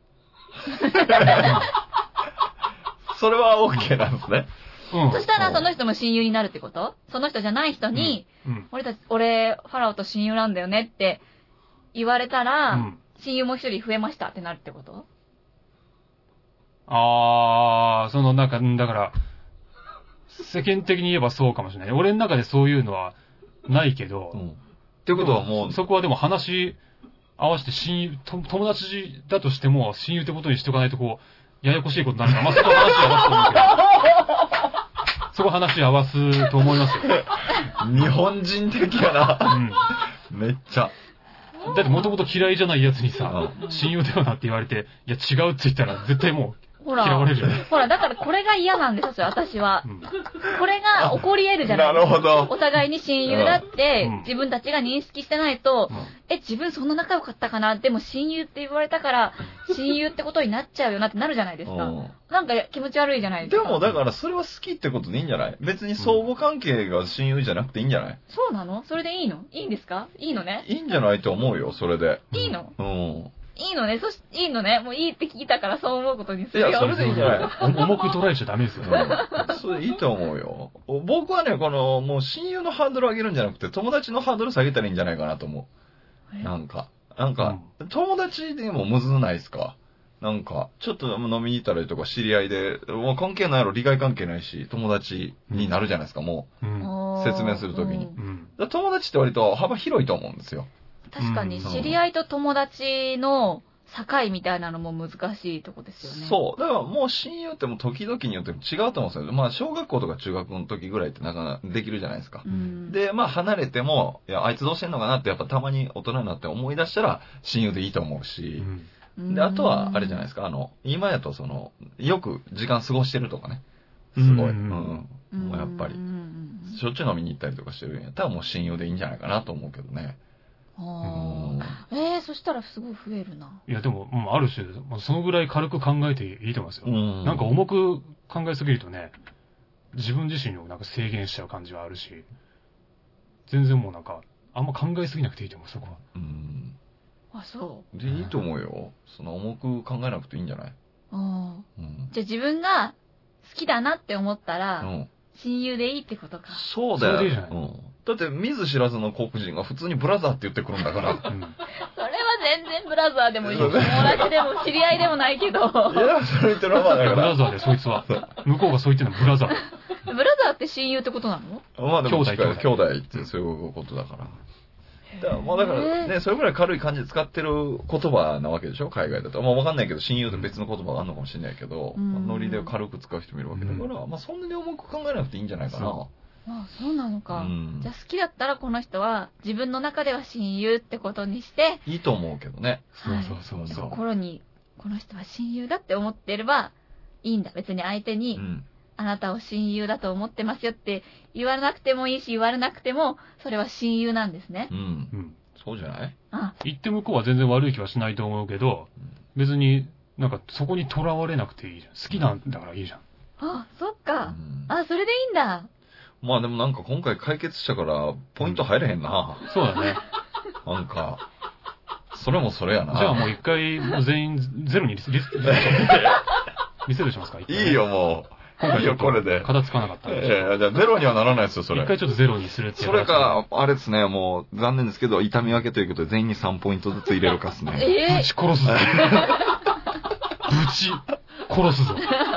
それは OK なんですね。 そしたらその人も親友になるってこと？その人じゃない人に、俺、ファラオと親友なんだよねって言われたら、親友もう一人増えましたってなるってこと？ だから、世間的に言えばそうかもしれない。俺の中でそういうのはないけど、 ってことはもう、 そこはでも話合わせて友達だとしても親友ってことにしとかないとややこしいことになるから、そこ話合わせてもいいけど。そこ話合わすと思いますよ。 日本人的やな。めっちゃ。 だってもともと嫌いじゃないやつにさ、親友だよなって言われて、いや違うって言ったら絶対もう嫌われるよね。 ほら、だからこれが嫌なんですよ、私は。これが起こり得るじゃないですか。なるほど。 お互いに親友だって自分たちが認識してないと、自分そんな仲良かったかな、でも親友って言われたから親友ってことになっちゃうよなってなるじゃないですか。なんか気持ち悪いじゃないですか。 でもだからそれは好きってことでいいんじゃない？別に相互関係が親友じゃなくていいんじゃない？ そうなの？それでいいの？いいんですか？いいのね？ いいんじゃないと思うよ、それで。 いいの？いいのね。いいのね。もういいって聞いたからそう思うことにするよ。 いや、それでいいんじゃない？ 重く捉えちゃダメですよ。 それいいと思うよ。僕はね、もう親友のハードル上げるんじゃなくて、友達のハードル下げたらいいんじゃないかなと思う。なんか、友達でもむずないですか？ なんか、ちょっと飲みに行ったりとか知り合いで、もう関係ないやろ、利害関係ないし、友達になるじゃないですか、もう。説明するときに。友達って割と幅広いと思うんですよ。 確かに、知り合いと友達の境みたいなのも難しいとこですよね。 そう。だからもう親友っても時々によって違うと思うんですよ。まあ小学校とか中学の時ぐらいってなかなかできるじゃないですか。で、まあ離れても、いや、あいつどうしてんのかなってやっぱたまに大人になって思い出したら親友でいいと思うし。で、あとはあれじゃないですか。今やとよく時間過ごしてるとかね。すごい。もうやっぱり。しょっちゅう飲みに行ったりとかしてるんやったらもう親友でいいんじゃないかなと思うけどね。 そしたらすごい増えるな。 いや、でも、ある種、そのぐらい軽く考えていいと思いますよ。なんか重く考えすぎるとね、自分自身をなんか制限しちゃう感じはあるし、全然もうなんか、あんま考えすぎなくていいと思う、そこは。 あ、そう。 で、いいと思うよ。その重く考えなくていいんじゃない？ じゃあ自分が好きだなって思ったら、親友でいいってことか。 そうだよ。それでいいじゃない。だって見ず知らずの黒人が普通にブラザーって言ってくるんだから。 それは全然ブラザーでもいい。友達でも知り合いでもないけど。いや、 それ言ってるのはだから。 ブラザーで、そいつは。向こうがそう言ってるのブラザー。 ブラザーって親友ってことなの？ まあでも兄弟ってそういうことだから。だからね、それぐらい軽い感じで使ってる言葉なわけでしょ、海外だと。まあわかんないけど、親友と別の言葉があるのかもしれないけど、ノリで軽く使う人もいるわけだから、まあそんなに重く考えなくていいんじゃないかな。 あ、そうなのか。じゃあ好きだったらこの人は自分の中では親友ってことにして。 いいと思うけどね。 そう。 心にこの人は親友だって思ってればいいんだ。別に相手に、あなたを親友だと思ってますよって言わなくてもいいし言われなくてもそれは親友なんですね。 そうじゃない？ 言って向こうは全然悪い気はしないと思うけど、別になんかそこにとらわれなくていいじゃん。好きなんだからいいじゃん。 あ、そっか。それでいいんだ。 まあでもなんか今回解決したからポイント入れへんな。 そうだね。 なんか、それもそれやな。 じゃあもう一回全員ゼロにリセットしますか？ いいよもう。 今回これで。 片付かなかった。 じゃあゼロにはならないですよ、それ。 一回ちょっとゼロにするっていう。 それか、あれですね、もう残念ですけど、痛み分けということで全員に3ポイントずつ入れるかっすね。 ぶち殺すぞ。ぶち殺すぞ。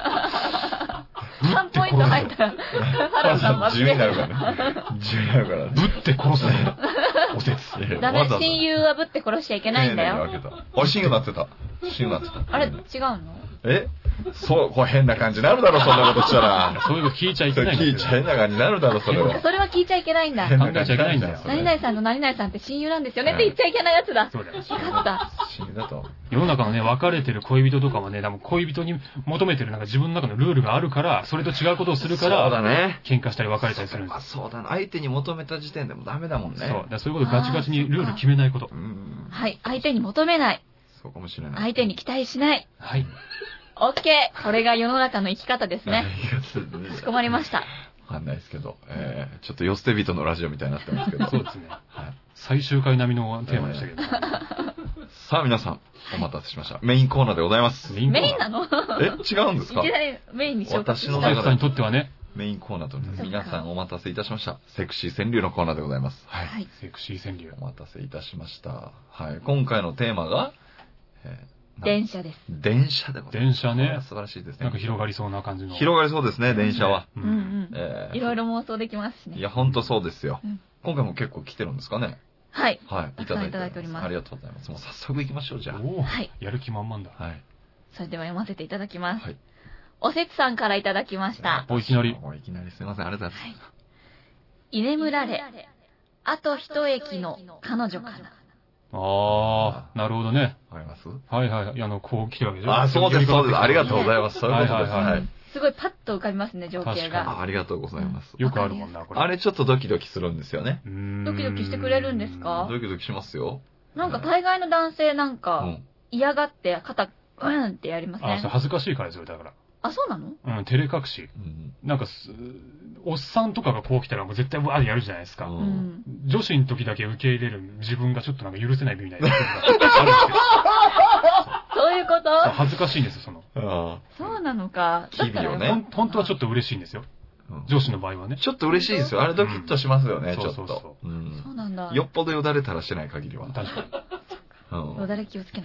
3ポイント入ったら、原さん待って。 10になるからね。10になるから。 ぶって殺すぞ。おせつ。 ダメ、親友はぶって殺しちゃいけないんだよ。 親友なってた。親友なってた。 あれ、違うの？ そう、こう変な感じになるだろ、そんなことしたら。 そういうの聞いちゃいけないんだよ。 聞いちゃ変な感じになるだろ、それは。 それは聞いちゃいけないんだ。 考えちゃいけないんだよ。 何々さんと何々さんって親友なんですよねって言っちゃいけないやつだ。 そうだよ。 分かった。 親友だと。 世の中のね、別れてる恋人とかもね、恋人に求めてるなんか自分の中のルールがあるから、それと違うことをするから、 そうだね。 喧嘩したり別れたりするんです。 そうだね。相手に求めた時点でもダメだもんね。 そういうことガチガチにルール決めないこと。 はい。相手に求めない。 そうかもしれない。 相手に期待しない。 はい。 オッケー。これが世の中の生き方ですね。かしこまりました。 わかんないですけど、ちょっとよ捨て人のラジオみたいになってますけど。 そうですね。最終回並みのテーマでしたけど。 さあ皆さん、お待たせしました。メインコーナーでございます。 メインなの？ 違うんですか？ いきなりメインにしようか。 私の中にとってはね。 メインコーナーと皆さんお待たせいたしました。セクシー川柳のコーナーでございます。 はい。セクシー川柳。 お待たせいたしました。はい。今回のテーマが、 電車です。 電車でございます。 電車ね。 素晴らしいですね。 なんか広がりそうな感じの。 広がりそうですね、電車は。 いろいろ妄想できますしね。 いや、ほんとそうですよ。今回も結構来てるんですかね。 はい。 はい。いただいております。 ありがとうございます。もう早速行きましょう、じゃあ。 はい。 やる気満々だ。 はい。 それでは読ませていただきます。はい。おせつさんからいただきました。 いきなり。 いきなりすいません、ありがとうございます。 居眠られ、あと一駅の彼女かな。 ああ、なるほどね。 わかります？ はいはい。こう来てるわけでしょ。 あ、そうです、そうです。ありがとうございます。そういうことです。はい。 すごいパッと浮かびますね、情景が。 ありがとうございます。 よくあるもんな、これ。 あれちょっとドキドキするんですよね。 ドキドキしてくれるんですか？ ドキドキしますよ。 なんか大概の男性なんか、嫌がって肩、うんってやりません？ あ、それ恥ずかしいからですよ、だから。 あ、そうなの？ うん、照れ隠し。なんか、おっさんとかがこう来たらもう絶対わーってやるじゃないですか。女子の時だけ受け入れる自分がちょっとなんか許せないみたいな。あるんですよ。 そういうこと？ 恥ずかしいんですよ、 そうなのか。 日々をね。 本当はちょっと嬉しいんですよ。女子の場合はね。 ちょっと嬉しいですよ。あれドキッとしますよね、ちょっと。 そうなんだ。 よっぽどよだれたらしてない限りは。 確かに。よだれ気をつけなきゃ。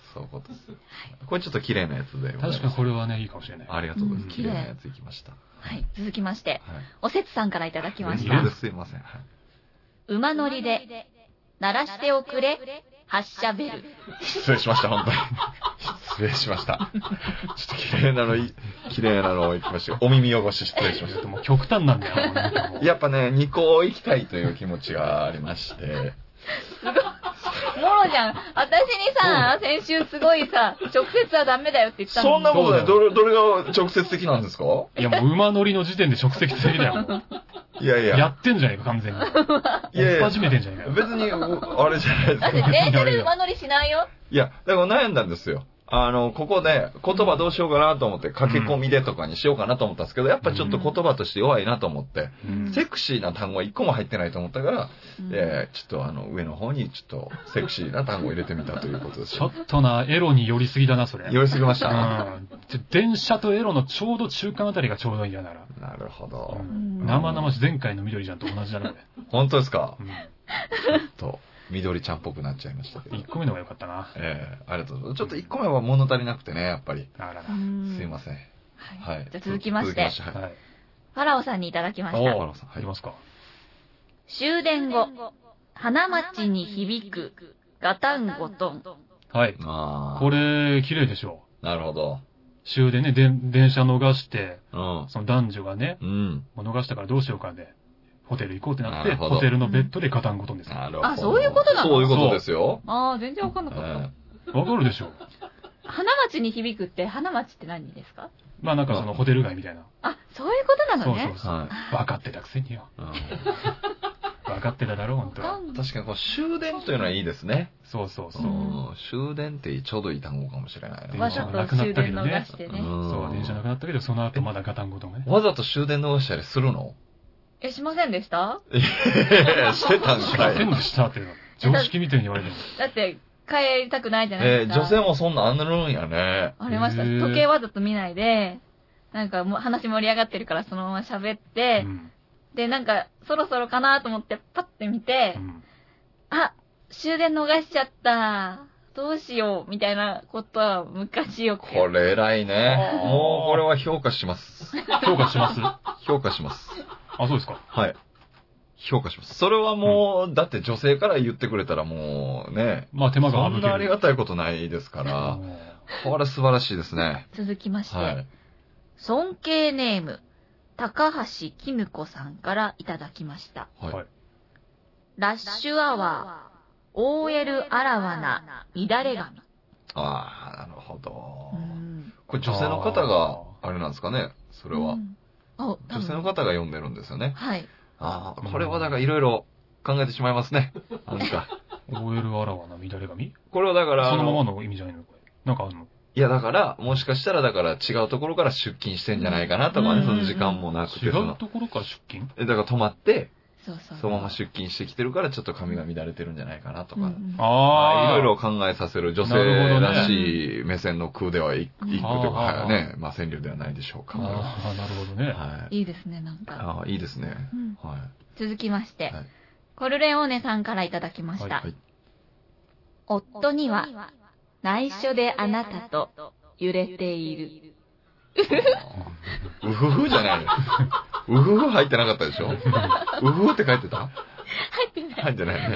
そういうことです。これちょっと綺麗なやつで。 確かこれはね、いいかもしれない。 ありがとうございます。綺麗なやついきました。 はい。続きまして、おせつさんからいただきました。 いいです、すいません。 馬乗りで、鳴らしておくれ、発射ベル。 失礼しました、本当に。失礼しました。ちょっと綺麗なの行きました。お耳汚し失礼しました。 もう極端なんだよ。 やっぱね、2個行きたいという気持ちがありまして。 すごい。もろじゃん。私にさ、先週すごいさ、直接はダメだよって言ったのに。 そんなことない。どれが直接的なんですか？ いやもう馬乗りの時点で直接的だよ。 いやいや。 やってんじゃねえか、完全に。いやいや。始めてんじゃねえか。 別に、あれじゃないですか。 だって電車で馬乗りしないよ。 いや、だから悩んだんですよ。ここで言葉どうしようかなと思って、駆け込みでとかにしようかなと思ったんですけど、やっぱちょっと言葉として弱いなと思って、セクシーな単語は一個も入ってないと思ったから、ちょっと上の方にちょっとセクシーな単語を入れてみたということです。 ちょっとな、エロに寄りすぎだな、それ。 寄りすぎました。 電車とエロのちょうど中間あたりがちょうどいいんだなら。 なるほど。 生々しい前回の緑ちゃんと同じだな、 本当ですか？ちょっと。緑ちゃんっぽくなっちゃいましたけど。 1個目の方が良かったな。 ありがとうございます。ちょっと1個目は物足りなくてね、やっぱり。 あらら。 すいません。 はい。じゃあ続きまして。ファラオさんにいただきました。 ファラオさん、入りますか。 終電後、花街に響く、ガタンゴトン。 はい。これ、綺麗でしょう。なるほど。 終電ね、電車逃して、その男女がね、もう逃したからどうしようかで。ホテル行こうってなって、ホテルのベッドでガタンゴトンですよ。 なるほど。 あ、そういうことなの？ そういうことですよ。 全然わかんなかった。わかるでしょ。 花街に響くって、花街って何ですか？ まあなんかそのホテル街みたいな。 あ、そういうことなのね。 そう。分かってたくせによ。分かってただろう、本当は。 確かにこう終電というのはいいですね。 そう。 終電ってちょうどいい単語かもしれないね。 わざと終電逃してね。 そう、電車なくなったけど、その後まだガタンゴトンがね。 わざと終電逃したりするの？ しませんでした？ してたんかい。 しませんでしたっていうの。常識みたいに言われてる。 だって、帰りたくないじゃないですか。 女性もそんなんあんなるんやね。 ありました。時計わざと見ないで、なんかもう話盛り上がってるからそのまま喋って、で、なんか、そろそろかなと思ってパッて見て、あ、終電逃しちゃった。どうしよう、みたいなことは昔よく。 これ偉いね。もうこれは評価します。 評価します？ 評価します。 あ、そうですか。 はい。評価します。それはもう、だって女性から言ってくれたらもうね。 まあ手間がそんなありがたいことないですから。これ素晴らしいですね。 続きまして。尊敬ネーム、高橋絹子さんからいただきました。 はい。 ラッシュアワー、OL あらわな乱れ髪。 ああ、なるほど。これ女性の方が、あれなんですかね、それは。女性の方が読んでるんですよね。 はい。 これはだからいろいろ考えてしまいますね。なんか。 OL あらわな乱れ髪？ これはだから。 そのままの意味じゃないの？これ。なんかあるの？ いやだから、もしかしたらだから違うところから出勤してんじゃないかなとかね、その時間もなくて。 違うところから出勤？ だから泊まって、 そのまま出勤してきてるからちょっと髪が乱れてるんじゃないかなとか。いろいろ考えさせる女性らしい目線の空では一句というかね、まあ川柳ではないでしょうか。 なるほどね。 いいですね、なんか。 いいですね。 続きまして、コルレオーネさんからいただきました。夫には内緒であなたと揺れている。 うふふじゃないよ。うふふ入ってなかったでしょ？うふふって書いてた？ 入ってない。 入ってないね。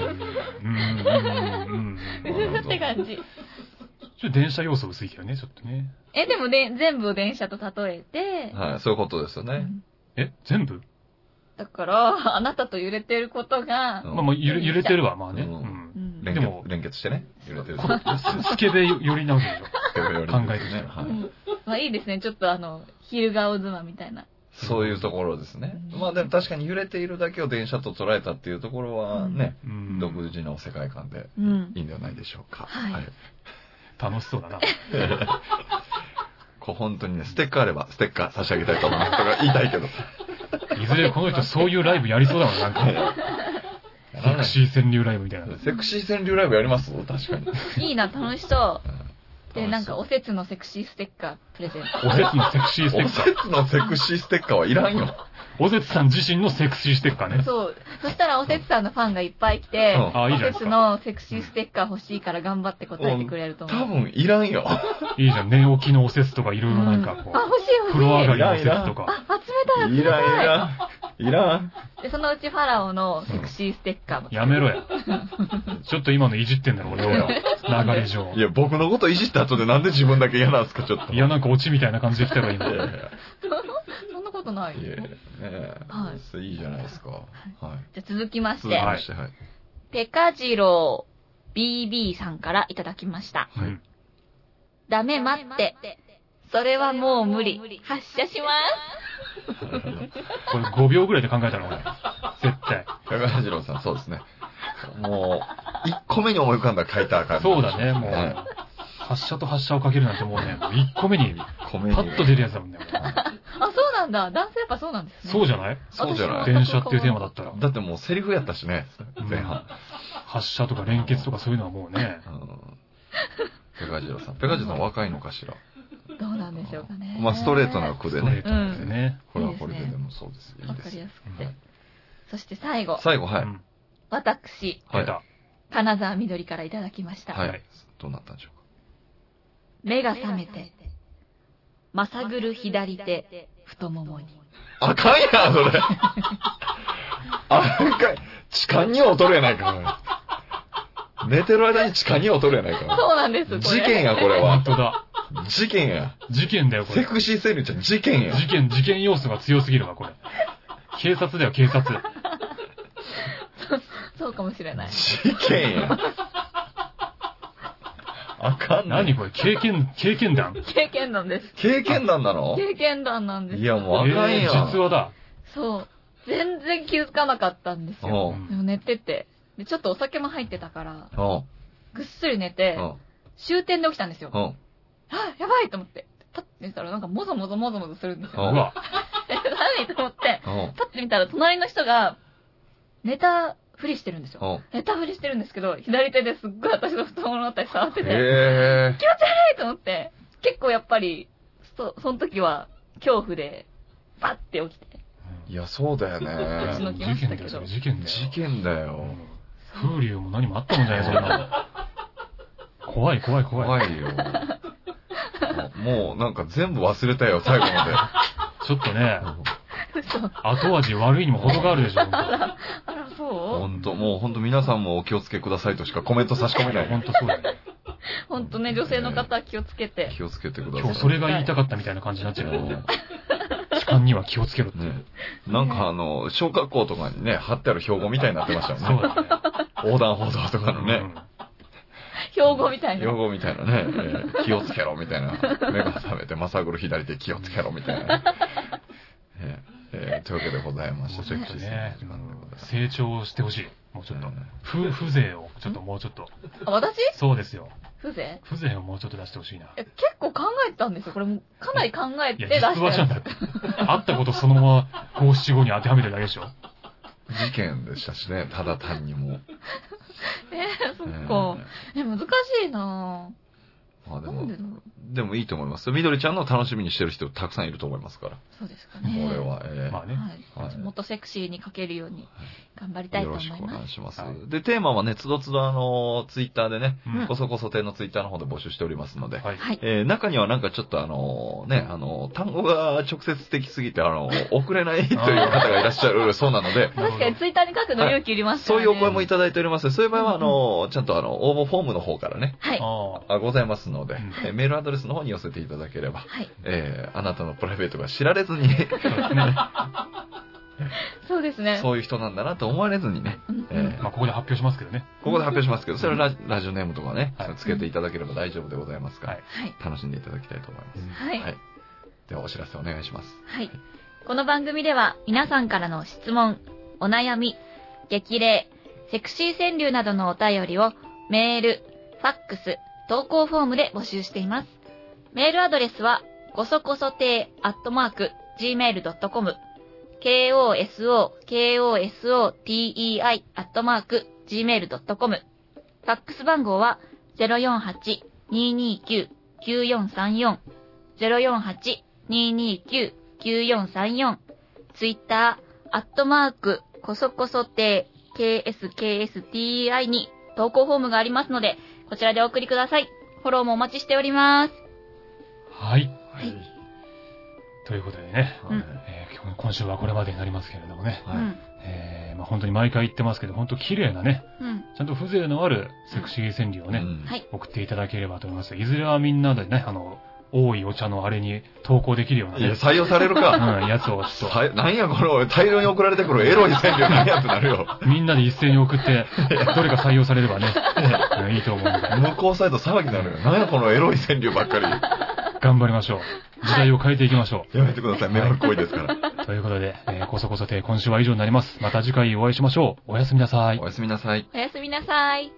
うふふって感じ。 ちょっと電車要素薄いけどね、ちょっとね。 でも全部を電車と例えて。 はい、そういうことですよね。 全部？ だから、あなたと揺れてることが。 まあ、揺れてるわ、まあね。 でも、連結してね。揺れてる。 スケベ寄りなわけでしょ。考えてね。 まあいいですね。ちょっと昼顔妻みたいな。 そういうところですね。まあでも確かに揺れているだけを電車と捉えたっていうところはね、独自の世界観でいいんではないでしょうか。 はい。 楽しそうだな。 本当にね、ステッカーあればステッカー差し上げたいと思いますとか言いたいけど。 いずれこの人そういうライブやりそうだもん、なんか。セクシー川柳ライブみたいな。 セクシー川柳ライブやります？確かに。いいな、楽しそう。で、なんか、おせつのセクシーステッカープレゼント。 おせつのセクシーステッカー。 おせつのセクシーステッカーはいらんよ。 おせつさん自身のセクシーステッカーね。 そう。そしたらおせつさんのファンがいっぱい来て、おせつのセクシーステッカー欲しいから頑張って答えてくれると思う。 多分いらんよ。 いいじゃん。寝起きのおせつとかいろいろなんかこう。 あ、欲しい欲しい。 風呂上がりのおせつとか。 あ、集めたい集めたいらん。 で、そのうちファラオのセクシーステッカーも。 やめろや。ちょっと今のいじってんだろ、俺は。流れ上。 いや、僕のこといじった後でなんで自分だけ嫌なんですか、ちょっと。 いや、なんかオチみたいな感じで来たらいいんだよ。 そんなことない。 いやはい。いいじゃないですか。はい。 じゃあ続きまして。 はい。 ペカジロー BB さんからいただきました。 はい。 ダメ待って。それはもう無理。発射します。 これ5秒ぐらいで考えたの、俺。絶対。 ペカジローさん、そうですね。もう、1個目に思い浮かんだら書いたらあかん。 そうだね、もう。発射と発射をかけるなんてもうね、1個目に、パッと出るやつだもんね。 あ、そうなんだ。男性やっぱそうなんですね。 そうじゃない？ そうじゃない？ 電車っていうテーマだったら。 だってもうセリフやったしね、前半。 発射とか連結とかそういうのはもうね。 ペカジローさん。ペカジローさん若いのかしら。 どうなんでしょうかね。 まあ、ストレートな句でね。 ストレートなんですね。 これはこれででもそうです。 わかりやすくて。そして最後。 はい。 私、金沢みどりからいただきました。 はい。どうなったんでしょうか。 目が覚めて、まさぐる左手、太ももに。 あかんやん、それ。あかん。痴漢に劣るやないか。寝てる間に痴漢に劣るやないか。 そうなんです。 事件や、これは。 本当だ。 事件や。 事件だよ、これ。 セクシーセリちゃん、事件や。 事件要素が強すぎるわ、これ。警察だよ、警察。 そうかもしれない。 事件や。あかんね。 何これ、経験談？ 経験談です。 経験談なの？ 経験談なんです。 いや、もうあかんやん。 実話だ。 そう。全然気づかなかったんですよ。でも寝てて。で、ちょっとお酒も入ってたから、ぐっすり寝て、終点で起きたんですよ。あ、やばいと思って。パッて見たらなんかもぞもぞするんですよ。 うわ。 何と思って、パッて見たら隣の人が寝たふりしてるんですよ。寝たふりしてるんですけど、左手ですっごい私の太もものあたり触ってて、気持ち悪いと思って、結構やっぱり、その時は恐怖で、バッて起きて。 いや、そうだよね。 事件だよ。 風流も何もあったもんじゃない、そんなの。怖い。 怖いよ。もうなんか全部忘れたよ、最後まで。 ちょっとね、後味悪いにも程があるでしょ。 あら、そう？ もう本当皆さんもお気をつけくださいとしかコメント差し込めない。 本当そうだね。 本当ね、女性の方は気をつけて。 気をつけてください。 今日それが言いたかったみたいな感じになっちゃう。痴漢には気をつけろって。 なんか小学校とかにね、貼ってある標語みたいになってましたよね。 そうだね。 横断歩道とかのね。 標語みたいな。 標語みたいなね。気をつけろみたいな。目が覚めてまさぐる左手気をつけろみたいな。というわけでございました。 ちょっとね、成長してほしい。もうちょっと。風情を、ちょっともうちょっと。 私？ そうですよ。 風情をもうちょっと出してほしいな。 結構考えてたんですよ。これもかなり考えて出した。実話じゃんだって。あったことそのまま五七五に当てはめてるだけでしょ。 事件でしたしね、ただ単にも。 そっか。難しいなぁ。 でもいいと思います。みどりちゃんの楽しみにしてる人たくさんいると思いますから。 そうですかね。 俺は、 まあね、 もっとセクシーに書けるように頑張りたいと思います。 よろしくお願いします。で、テーマはね、つどつどツイッターでね、こそこそ亭のツイッターの方で募集しておりますので、中にはなんかちょっと単語が直接的すぎて、送れないという方がいらっしゃるそうなので、 確かにツイッターに書くの勇気いりますからね。そういうお声もいただいております。そういう場合は、ちゃんと応募フォームの方からね、ございますので、メールアドレスの方に寄せていただければ、あなたのプライベートが知られずにそうですね。 そういう人なんだなと思われずにね。 ここで発表しますけどね。 ここで発表しますけど、それはラジオネームとかね、つけていただければ大丈夫でございますから、楽しんでいただきたいと思います。はい。ではお知らせお願いします。 はい。この番組では皆さんからの質問、お悩み、激励、セクシー川柳などのお便りをメール、ファックス、投稿フォームで募集しています。メールアドレスは、こそこそて@gmail.com、kosokosoTei@gmail.com、ファックス番号は 048-229-9434、048-229-9434、 Twitter、こそこそて KSKSTI に投稿フォームがありますので、こちらでお送りください。フォローもお待ちしております。 はい。はい。ということでね、今週はこれまでになりますけれどもね、本当に毎回言ってますけど、本当綺麗なね、ちゃんと風情のあるセクシー川柳をね、送っていただければと思います。いずれはみんなでね、多いお茶のあれに投稿できるような、ね。 いや、採用されるか。 やつをちょっと。 なんやこの、大量に送られてくるエロい川柳なんやってなるよ。 みんなで一斉に送って、どれか採用されればね、いいと思うので。 向こうサイド騒ぎになるよ。なんやこのエロい川柳ばっかり。 頑張りましょう。時代を変えていきましょう。 やめてください。迷惑行為ですから。 ということで、こそこそて今週は以上になります。また次回お会いしましょう。おやすみなさい。 おやすみなさい。 おやすみなさい。